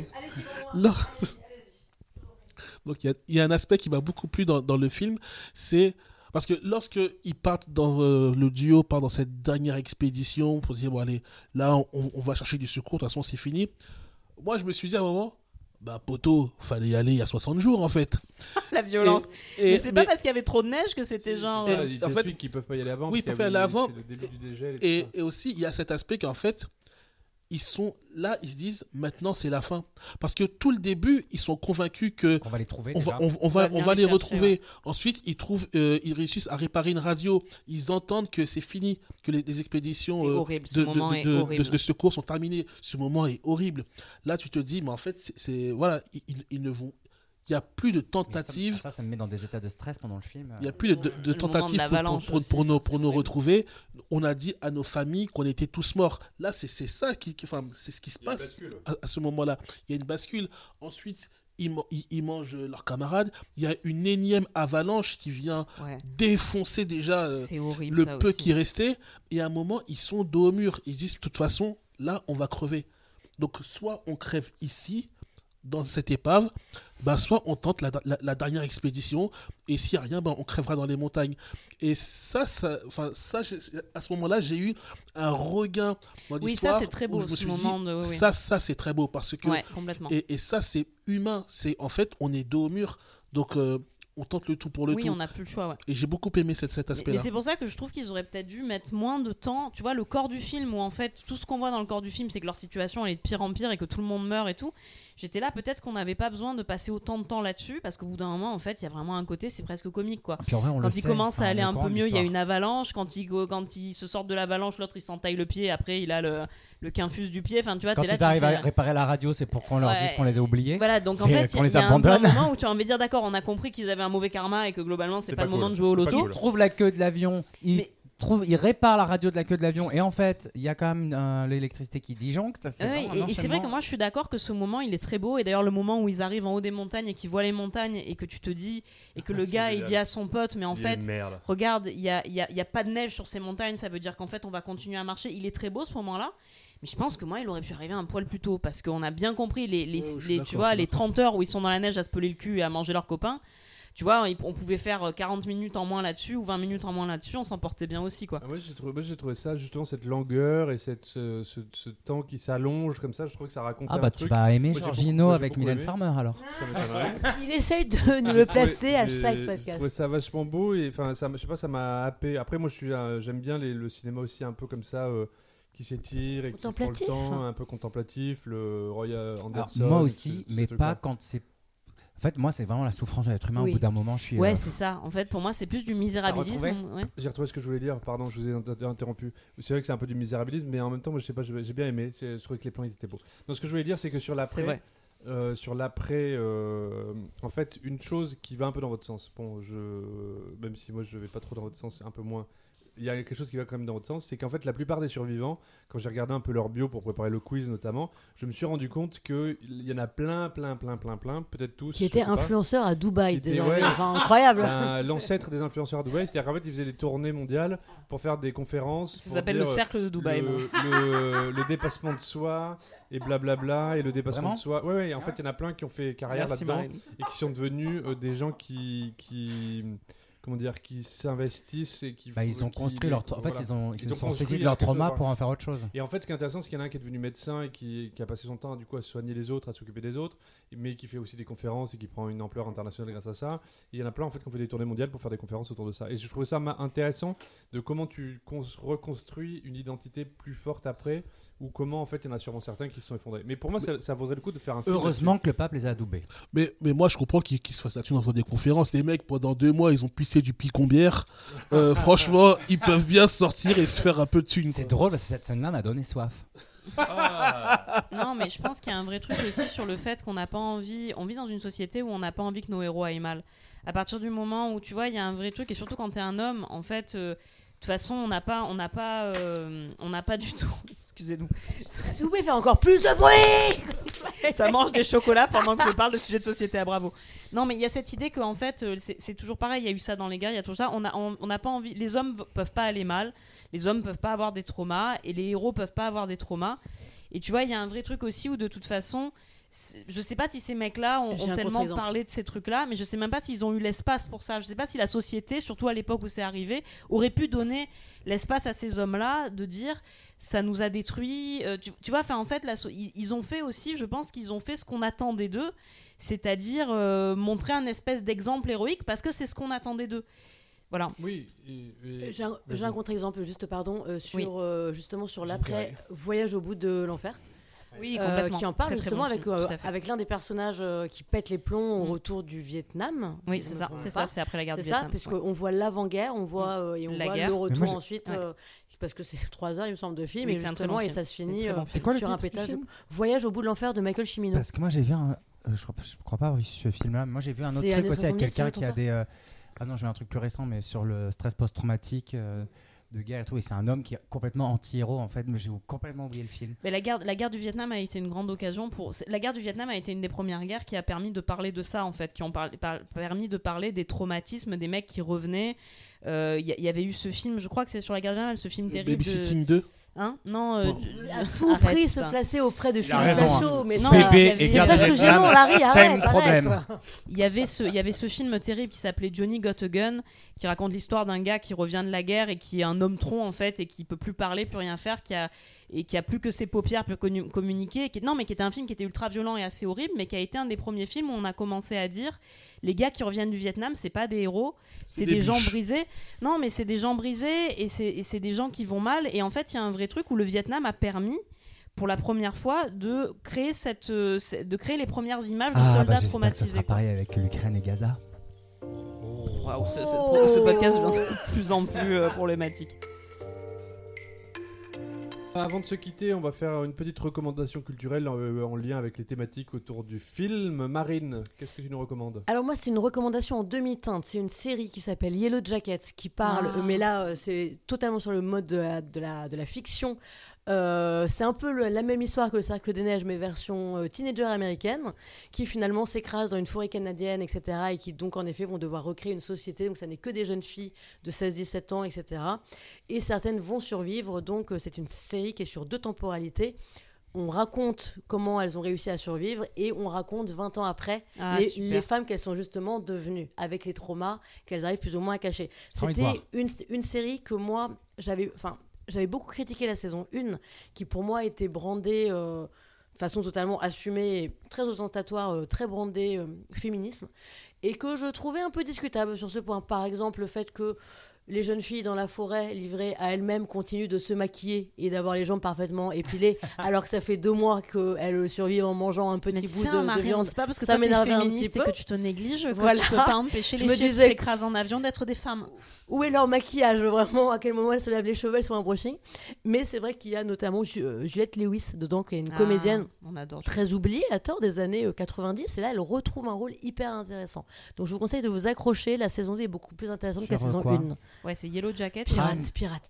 Donc il y a un aspect qui m'a beaucoup plu dans le film, c'est parce que lorsque ils partent le duo part dans cette dernière expédition pour se dire bon allez là on va chercher du secours, de toute façon c'est fini. Moi je me suis dit à un moment poteau, fallait y aller il y a 60 jours en fait. La violence. Mais c'est pas parce qu'il y avait trop de neige que c'était genre... En fait, qu'ils peuvent pas y aller avant. Oui, ils peuvent pas y aller avant. C'est le début du dégel et aussi il y a cet aspect qu'en fait ils sont là, ils se disent maintenant c'est la fin. Parce que tout le début, ils sont convaincus qu'on va les trouver. On va les retrouver. Ensuite, ils réussissent à réparer une radio. Ils entendent que c'est fini, que les expéditions de secours sont terminées. Ce moment est horrible. Là, tu te dis, mais en fait, voilà, ils ne vont. il y a plus de Mais tentatives. ça me met dans des états de stress pendant le film. Il n'y a plus de Le moment de tentatives l'avalanche pour aussi, nous c'est horrible. retrouver. On a dit à nos familles qu'on était tous morts. Là, c'est ça c'est ce qui se passe à ce moment-là. Il y a une bascule. Ensuite, ils mangent leurs camarades. Il y a une énième avalanche qui vient Ouais. défoncer déjà C'est horrible. le ça peu aussi. qui restait. Et à un moment, ils sont dos au mur. Ils se disent, de toute façon, là, on va crever. Donc, soit on crève ici, dans cette épave, soit on tente la dernière expédition, et s'il n'y a rien, on crèvera dans les montagnes. Et à ce moment-là, j'ai eu un regain dans Oui, l'histoire. ça c'est très beau où je me ce suis dit, moment de. Oui, oui. ça c'est très beau, parce que... Ouais, complètement. Et ça, c'est humain. C'est, en fait, on est dos au mur, donc on tente le tout pour le Oui, tout. on n'a plus le choix. Ouais. Et j'ai beaucoup aimé cet Mais aspect-là. c'est pour ça que je trouve qu'ils auraient peut-être dû mettre moins de temps. Tu vois, le corps du film, où en fait, tout ce qu'on voit dans le corps du film, c'est que leur situation, elle est de pire en pire et que tout le monde meurt et tout. J'étais là, peut-être qu'on n'avait pas besoin de passer autant de temps là-dessus, parce qu'au bout d'un moment, en fait, il y a vraiment un côté, c'est presque comique, quoi. Puis en vrai, on le Quand il sait. commence à Enfin, aller on est un au peu courant de mieux, il y a l'histoire. une avalanche. Quand ils se sortent de l'avalanche, l'autre il s'entaille le pied. Après, il a le quinfus du pied. Enfin, tu vois, Quand t'es là, ils tu arrivent fais- à réparer la radio, c'est pour qu'on leur Ouais. dise qu'on les a oubliés. Voilà, donc en C'est fait, qu'on les il y a un peu un abandonne. moment où tu as envie de dire d'accord, on a compris qu'ils avaient un mauvais karma et que globalement, c'est C'est pas pas le cool. moment de jouer au C'est pas loto. cool. Il trouve la queue de l'avion, Mais- il répare la radio de la queue de l'avion, et en fait, il y a quand même l'électricité qui disjoncte. C'est Ouais, vraiment un et c'est vrai que enchaînement. moi je suis d'accord que ce moment il est très beau, et d'ailleurs le moment où ils arrivent en haut des montagnes et qu'ils voient les montagnes et que tu te dis et que le C'est gars il génial. dit à son pote mais en Il y a une fait merde. regarde il y a pas de neige sur ces montagnes, ça veut dire qu'en fait on va continuer à marcher. Il est très beau ce moment là, mais je pense que moi il aurait pu arriver un poil plus tôt, parce qu'on a bien compris je suis tu d'accord, vois je suis les d'accord. 30 heures où ils sont dans la neige à se peler le cul et à manger leurs copains. Tu vois, on pouvait faire 40 minutes en moins là-dessus ou 20 minutes en moins là-dessus, on s'en portait bien aussi quoi. Ah, moi j'ai trouvé ça, justement, cette langueur et ce temps qui s'allonge comme ça, je trouve que ça raconte Ah un bah tu truc. vas aimer Moi, j'ai Giorgino beaucoup avec aimé. Mylène Farmer alors. Ça m'étonnerait. Il essaye de nous J'ai le trouvé- placer à j'ai- chaque J'ai trouvé podcast. ça vachement beau et enfin ça, je sais pas, ça m'a happé. Après moi j'aime bien le cinéma aussi un peu comme ça qui s'étire et qui prend le Contemplatif. temps, un peu contemplatif, le Roy Anderson. Alors, moi ce- aussi, ce mais truc-là. pas quand c'est. En fait, moi, c'est vraiment la souffrance de l'être humain. Oui. Au bout d'un moment, je suis. Ouais, c'est ça. En fait, pour moi, c'est plus du misérabilisme. retrouvé Ouais. J'ai retrouvé ce que je voulais dire, pardon, je vous ai interrompu. C'est vrai que c'est un peu du misérabilisme, mais en même temps, moi, je sais pas, j'ai bien aimé. Je trouvais que les plans ils étaient beaux. Donc ce que je voulais dire, c'est que sur C'est vrai. l'après, en fait, une chose qui va un peu dans votre sens. Bon, même si moi je vais pas trop dans votre sens, un peu moins. Il y a quelque chose qui va quand même dans votre sens, c'est qu'en fait la plupart des survivants, quand j'ai regardé un peu leur bio pour préparer le quiz notamment, je me suis rendu compte qu'il y en a plein, peut-être tous. Qui était je sais pas. influenceur à Dubaï, Qui était, désormais. ouais. Enfin, incroyable. L'ancêtre des influenceurs à Dubaï, c'est-à-dire qu'en fait ils faisaient des tournées mondiales pour faire des conférences. Ça pour s'appelle dire, le cercle de Dubaï. bon. le dépassement de soi et blablabla et le dépassement Vraiment de soi. Ouais, en fait il y en a plein qui ont fait carrière Merci là-dedans Marine. et qui sont devenus des gens qui comment dire, qui s'investissent et qui. Bah, ils ont qui- construit leur. En fait, voilà. ils ont Ils se ont sont construit saisis de leur quelque chose trauma par- pour en faire autre chose. Et en fait, ce qui est intéressant, c'est qu'il y en a un qui est devenu médecin et qui a passé son temps du coup à soigner les autres, à s'occuper des autres, mais qui fait aussi des conférences et qui prend une ampleur internationale grâce à ça. Et il y en a plein en fait qui ont fait des tournées mondiales pour faire des conférences autour de ça. Et je trouvais ça intéressant de comment tu reconstruis une identité plus forte après, ou comment en fait il y en a sûrement certains qui se sont effondrés. Mais pour moi, ça vaudrait le coup de faire un film. Heureusement que le pape les a adoubés. Mais moi, je comprends qu'ils se fassent action dans des conférences. Les mecs, pendant 2 mois, ils ont pissé du picombière. Franchement, ils peuvent bien sortir et se faire un peu de thunes. C'est quoi. drôle parce que cette scène-là m'a donné soif. Non, mais je pense qu'il y a un vrai truc aussi sur le fait qu'on n'a pas envie. On vit dans une société où on n'a pas envie que nos héros aillent mal. À partir du moment où tu vois, il y a un vrai truc, et surtout quand t'es un homme, en fait. De toute façon, on n'a pas du tout. Excusez-nous. Si vous pouvez faire encore plus de bruit. Ça mange des chocolats pendant que je parle de sujet de société à Bravo. Non, mais il y a cette idée qu'en fait, c'est toujours pareil. Il y a eu ça dans les guerres, il y a toujours ça. On n'a pas envie. Les hommes peuvent pas aller mal. Les hommes peuvent pas avoir des traumas et les héros peuvent pas avoir des traumas. Et tu vois, il y a un vrai truc aussi où de toute façon. Je sais pas si ces mecs-là ont J'ai un tellement contre-exemple. parlé de ces trucs-là, mais je sais même pas s'ils ont eu l'espace pour ça. Je sais pas si la société, surtout à l'époque où c'est arrivé, aurait pu donner l'espace à ces hommes-là de dire ça nous a détruits. Tu vois, en fait, ils ont fait aussi, je pense qu'ils ont fait ce qu'on attendait d'eux, c'est-à-dire montrer un espèce d'exemple héroïque parce que c'est ce qu'on attendait d'eux. Voilà. Oui. J'ai un contre-exemple, juste pardon, sur justement sur Jim l'après Carrey. Voyage au bout de l'enfer. Oui, complètement. Qui en parle Très, très justement bon avec, film, tout à fait. avec l'un des personnages qui pète les plombs au Mm. retour du Vietnam. Oui, si c'est je ça, me trompe c'est pas. ça, c'est après la guerre du C'est ça, Vietnam. puisqu'on voit l'avant-guerre, on voit, et on La voit guerre. le Mais retour moi, j'ai- ensuite, Ouais. parce que c'est 3 heures, il me semble, de film, Oui, et c'est un très justement, bon et film. ça se finit très bon sur C'est quoi le un titre du pétage. film Voyage au bout de l'enfer de Michael Cimino. Parce que moi j'ai vu un. je crois pas avoir vu ce film-là. Moi, j'ai vu un autre C'est truc années aussi avec 70, quelqu'un si qui je a des. Ah non, j'ai vu un truc plus récent, mais sur le stress post-traumatique de guerre et tout. Et c'est un homme qui est complètement anti-héros en fait, mais j'ai complètement oublié le film. Mais la guerre du Vietnam a été une grande occasion la guerre du Vietnam a été une des premières guerres qui a permis de parler de ça en fait, qui ont permis de parler des traumatismes des mecs qui revenaient. Y avait eu ce film, je crois que c'est sur la guerre du Vietnam, ce film terrible. Babysitting 2. Hein non, À tout arrête, prix se putain. placer auprès de Il a Philippe raison, Lachaud, mais Non, ça, Bébé il y et c'est avait- garde presque avec gênant, Jeanne, Larry, c'est arrête, un problème. quoi. Il y avait ce film terrible qui s'appelait Johnny Got a Gun, qui raconte l'histoire d'un gars qui revient de la guerre et qui est un homme tronc en fait, et qui peut plus parler, plus rien faire, qui a plus que ses paupières pour communiquer, mais qui était un film qui était ultra violent et assez horrible, mais qui a été un des premiers films où on a commencé à dire les gars qui reviennent du Vietnam, c'est pas des héros, c'est des gens bûches. brisés. Non, mais c'est des gens brisés et c'est des gens qui vont mal. Et en fait, il y a un vrai truc où le Vietnam a permis, pour la première fois, de créer les premières images de Ah, soldats bah, j'espère que ça traumatisés. sera pareil avec l'Ukraine et Gaza. Waouh, ce podcast devient de plus en plus problématique. Avant de se quitter, on va faire une petite recommandation culturelle en lien avec les thématiques autour du film. Marine, qu'est-ce que tu nous recommandes? Alors moi, c'est une recommandation en demi-teinte. C'est une série qui s'appelle Yellow Jackets, qui parle, mais là, c'est totalement sur le mode de la fiction. C'est un peu la même histoire que le Cercle des Neiges, mais version teenager américaine, qui finalement s'écrase dans une forêt canadienne, etc. Et qui donc en effet vont devoir recréer une société. Donc ça n'est que des jeunes filles de 16-17 ans, etc. Et certaines vont survivre. Donc c'est une série qui est sur 2 temporalités. On raconte comment elles ont réussi à survivre et on raconte 20 ans après les femmes qu'elles sont justement devenues, avec les traumas qu'elles arrivent plus ou moins à cacher. J'ai envie de voir. C'était une série que moi, j'avais beaucoup critiqué la saison 1, qui pour moi était brandée de façon totalement assumée, et très ostentatoire, très brandée féminisme, et que je trouvais un peu discutable sur ce point. Par exemple, le fait que les jeunes filles dans la forêt livrées à elles-mêmes continuent de se maquiller et d'avoir les jambes parfaitement épilées, alors que ça fait 2 mois qu'elles survivent en mangeant un petit bout de viande. C'est pas parce que Ça toi t'es m'énervait un féministe petit et peu. que tu te négliges que Voilà. tu peux pas empêcher Je les me filles qui disais- s'écrasent en avion d'être des femmes. Où est leur maquillage, vraiment, à quel moment elles se lavent les cheveux, elles sont un brushing. Mais c'est vrai qu'il y a notamment Juliette Lewis dedans, qui est une comédienne On adore. très oubliée à tort des années 90, et là elle retrouve un rôle hyper intéressant. Donc je vous conseille de vous accrocher, la saison 2 est beaucoup plus intéressante que la Sur saison quoi 1. Ouais, c'est Yellow Jacket. Pirate.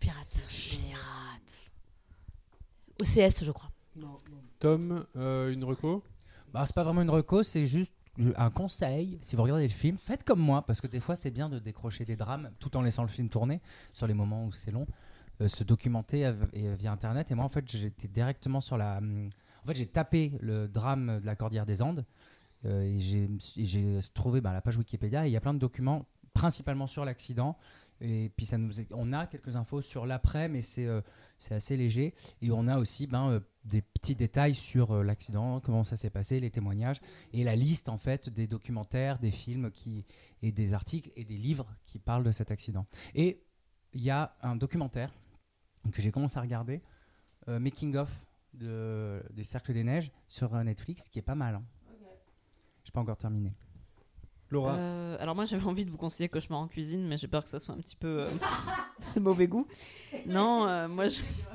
OCS, je crois. Tom, une reco? Bah, c'est pas vraiment une reco, c'est juste un conseil. Si vous regardez le film, faites comme moi, parce que des fois c'est bien de décrocher des drames tout en laissant le film tourner sur les moments où c'est long, se documenter via internet. Et moi en fait j'étais directement sur en fait j'ai tapé le drame de la Cordillère des Andes et j'ai trouvé la page Wikipédia, et il y a plein de documents principalement sur l'accident. Et puis on a quelques infos sur l'après, mais c'est assez léger. Et on a aussi des petits détails sur l'accident, comment ça s'est passé, les témoignages, et la liste en fait des documentaires, des films et des articles et des livres qui parlent de cet accident. Et il y a un documentaire que j'ai commencé à regarder, Making of du Cercle des Neiges sur Netflix, qui est pas mal. Hein. J'ai pas encore terminé. Laura? Alors moi j'avais envie de vous conseiller Cauchemar en cuisine, mais j'ai peur que ça soit un petit peu de mauvais goût. Non, moi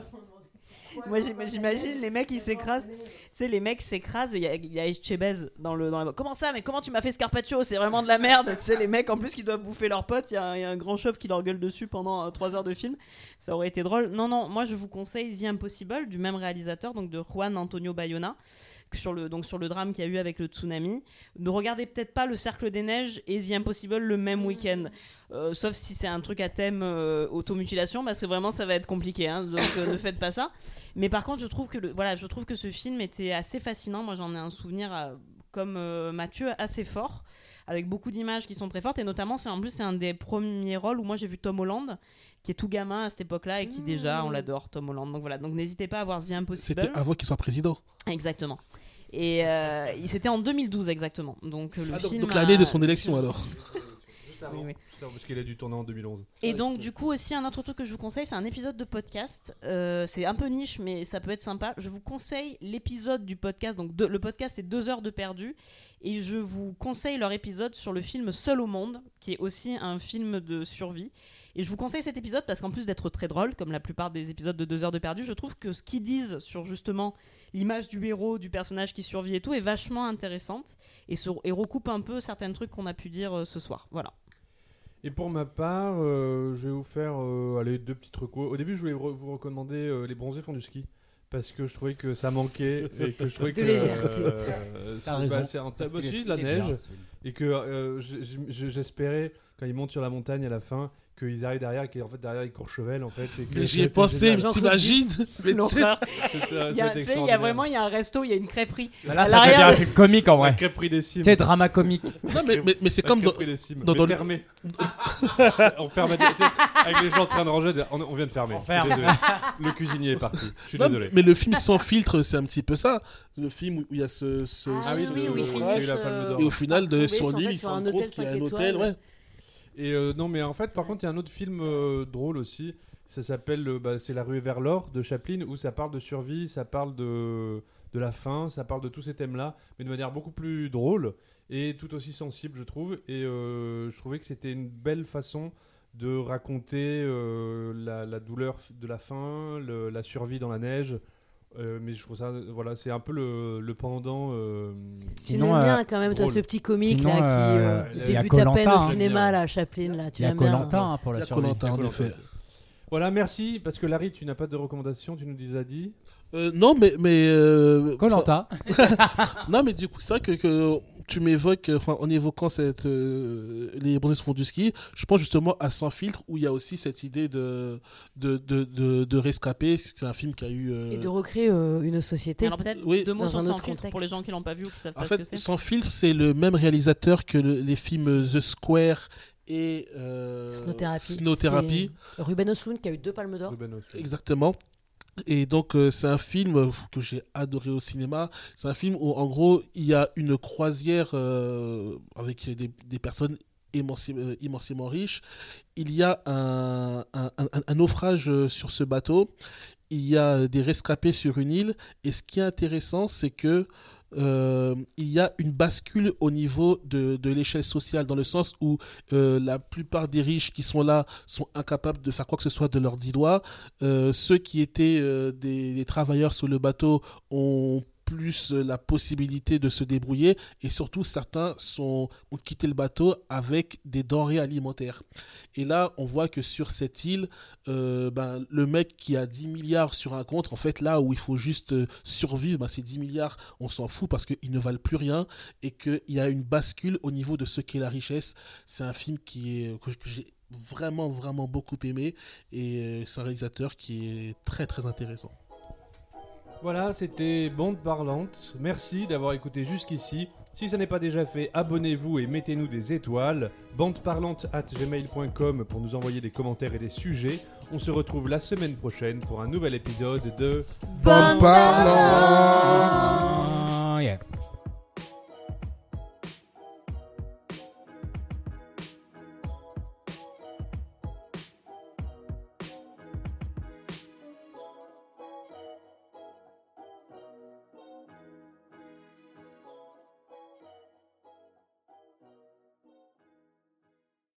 j'imagine les mecs ils s'écrasent. Tu sais, les mecs s'écrasent et il y a Etchebest dans la... Comment ça? Mais comment tu m'as fait ce carpaccio? C'est vraiment de la merde. Tu sais, les mecs en plus qui doivent bouffer leurs potes, il y a un grand chauve qui leur gueule dessus pendant 3 heures de film. Ça aurait été drôle. Non, moi je vous conseille The Impossible du même réalisateur, donc de Juan Antonio Bayona. Sur le drame qu'il y a eu avec le tsunami. Ne regardez peut-être pas Le Cercle des Neiges et The Impossible le même week-end, sauf si c'est un truc à thème automutilation, parce que vraiment ça va être compliqué, hein, donc ne faites pas ça. Mais par contre je trouve que ce film était assez fascinant. Moi j'en ai un souvenir comme Mathieu assez fort, avec beaucoup d'images qui sont très fortes, et notamment c'est un des premiers rôles où moi j'ai vu Tom Holland, qui est tout gamin à cette époque-là et qui déjà on l'adore, Tom Holland. Donc voilà, donc n'hésitez pas à voir The Impossible. C'était avant qu'il soit président. Exactement. Et c'était en 2012 exactement. Donc le film. Donc l'année de son élection alors. Juste avant. Oui. Parce qu'il a dû tourner en 2011. Et donc du coup aussi un autre truc que je vous conseille, c'est un épisode de podcast. C'est un peu niche mais ça peut être sympa. Je vous conseille l'épisode du podcast. Donc le podcast c'est 2 heures de perdu. Et je vous conseille leur épisode sur le film Seul au monde, qui est aussi un film de survie. Et je vous conseille cet épisode parce qu'en plus d'être très drôle, comme la plupart des épisodes de 2 heures de perdu, je trouve que ce qu'ils disent sur justement l'image du héros, du personnage qui survit et tout est vachement intéressante et recoupe un peu certains trucs qu'on a pu dire ce soir. Voilà. Et pour ma part, je vais vous faire 2 petits recos. Au début, je voulais vous recommander Les Bronzés font du ski. Parce que je trouvais que ça manquait et que je trouvais De que légèreté. T'as raison. c'est un Parce tableau qu'il de la est neige bien, celui-là. et que j'espérais quand ils montent sur la montagne à la fin qu'ils arrivent derrière et qu'en fait derrière ils Courchevel en fait. Et que Mais j'y ça ai a été pensé, génial. Jean-Claude t'imagines? Mais L'horreur. C'était- Il y a, c'était tu sais, il y a extraordinaire. vraiment il y a un resto, il y a une crêperie. Bah là, À ça devient l'arrière, un film comique en La vrai. crêperie des cimes. C'est drama comique. Non, mais c'est La comme dans. crêperie des cimes. dans Mais le- fermé. On ferme avec les gens en train de ranger. On vient de fermer. Je suis ferme. désolé. Le cuisinier est parti. Je suis Non, désolé. mais le film Sans filtre, c'est un petit peu ça. Le film où il y a ce. Ah oui, oui, oui, il finissent, a eu la Palme d'Or. Et au final, retrouver sur en l'île, fait ils se sur un rendent hôtel compte qu'il y a un 5 hôtel. étoiles. Ouais. Et non, mais en fait, par contre, il y a un autre film drôle aussi. Ça s'appelle c'est La ruée vers l'or de Chaplin, où ça parle de survie, ça parle de la faim, ça parle de tous ces thèmes-là, mais de manière beaucoup plus drôle et tout aussi sensible, je trouve. Et je trouvais que c'était une belle façon de raconter la douleur de la faim, la survie dans la neige. Mais je trouve ça, voilà, c'est un peu le pendant. Tu l'aimes bien quand même, toi, drôle. ce petit comique Sinon, là qui il y a débute à peine Koh-Lanta, au hein. cinéma, là, Chaplin, là, tu Il y a l'aimes bien. Koh-Lanta pour Il y la a survie. Koh-Lanta, en effet. Voilà, merci, parce que Larry, tu n'as pas de recommandation, tu nous as dit. Non, mais. Koh-Lanta. Non, mais du coup, c'est vrai que tu m'évoques, en évoquant les bronzés font du ski, je pense justement à Sans filtre, où il y a aussi cette idée de rescapé. C'est un film qui a eu. Et de recréer une société. Alors peut-être Oui. 2 mots Dans sur un Sans autre filtre contexte. pour les gens qui l'ont pas vu ou qui savent En pas ce que fait, c'est. Sans filtre, c'est le même réalisateur que les films The Square et Snow Therapy. C'est Ruben Östlund qui a eu 2 palmes d'or. Ruben Östlund. Exactement. Et donc, c'est un film que j'ai adoré au cinéma. C'est un film où, en gros, il y a une croisière avec des personnes immensément riches. Il y a un naufrage sur ce bateau. Il y a des rescapés sur une île. Et ce qui est intéressant, c'est que il y a une bascule au niveau de l'échelle sociale, dans le sens où la plupart des riches qui sont là sont incapables de faire quoi que ce soit de leurs 10 doigts. Ceux qui étaient des travailleurs sur le bateau ont plus la possibilité de se débrouiller, et surtout certains ont quitté le bateau avec des denrées alimentaires. Et là, on voit que sur cette île, le mec qui a 10 milliards sur un compte, en fait, là où il faut juste survivre, ces 10 milliards, on s'en fout parce qu'ils ne valent plus rien, et qu'il y a une bascule au niveau de ce qu'est la richesse. C'est un film que j'ai vraiment, vraiment beaucoup aimé, et c'est un réalisateur qui est très, très intéressant. Voilà, c'était Bande Parlante. Merci d'avoir écouté jusqu'ici. Si ça n'est pas déjà fait, abonnez-vous et mettez-nous des étoiles. bandeparlante@gmail.com pour nous envoyer des commentaires et des sujets. On se retrouve la semaine prochaine pour un nouvel épisode de Bande Parlante. Oh, yeah.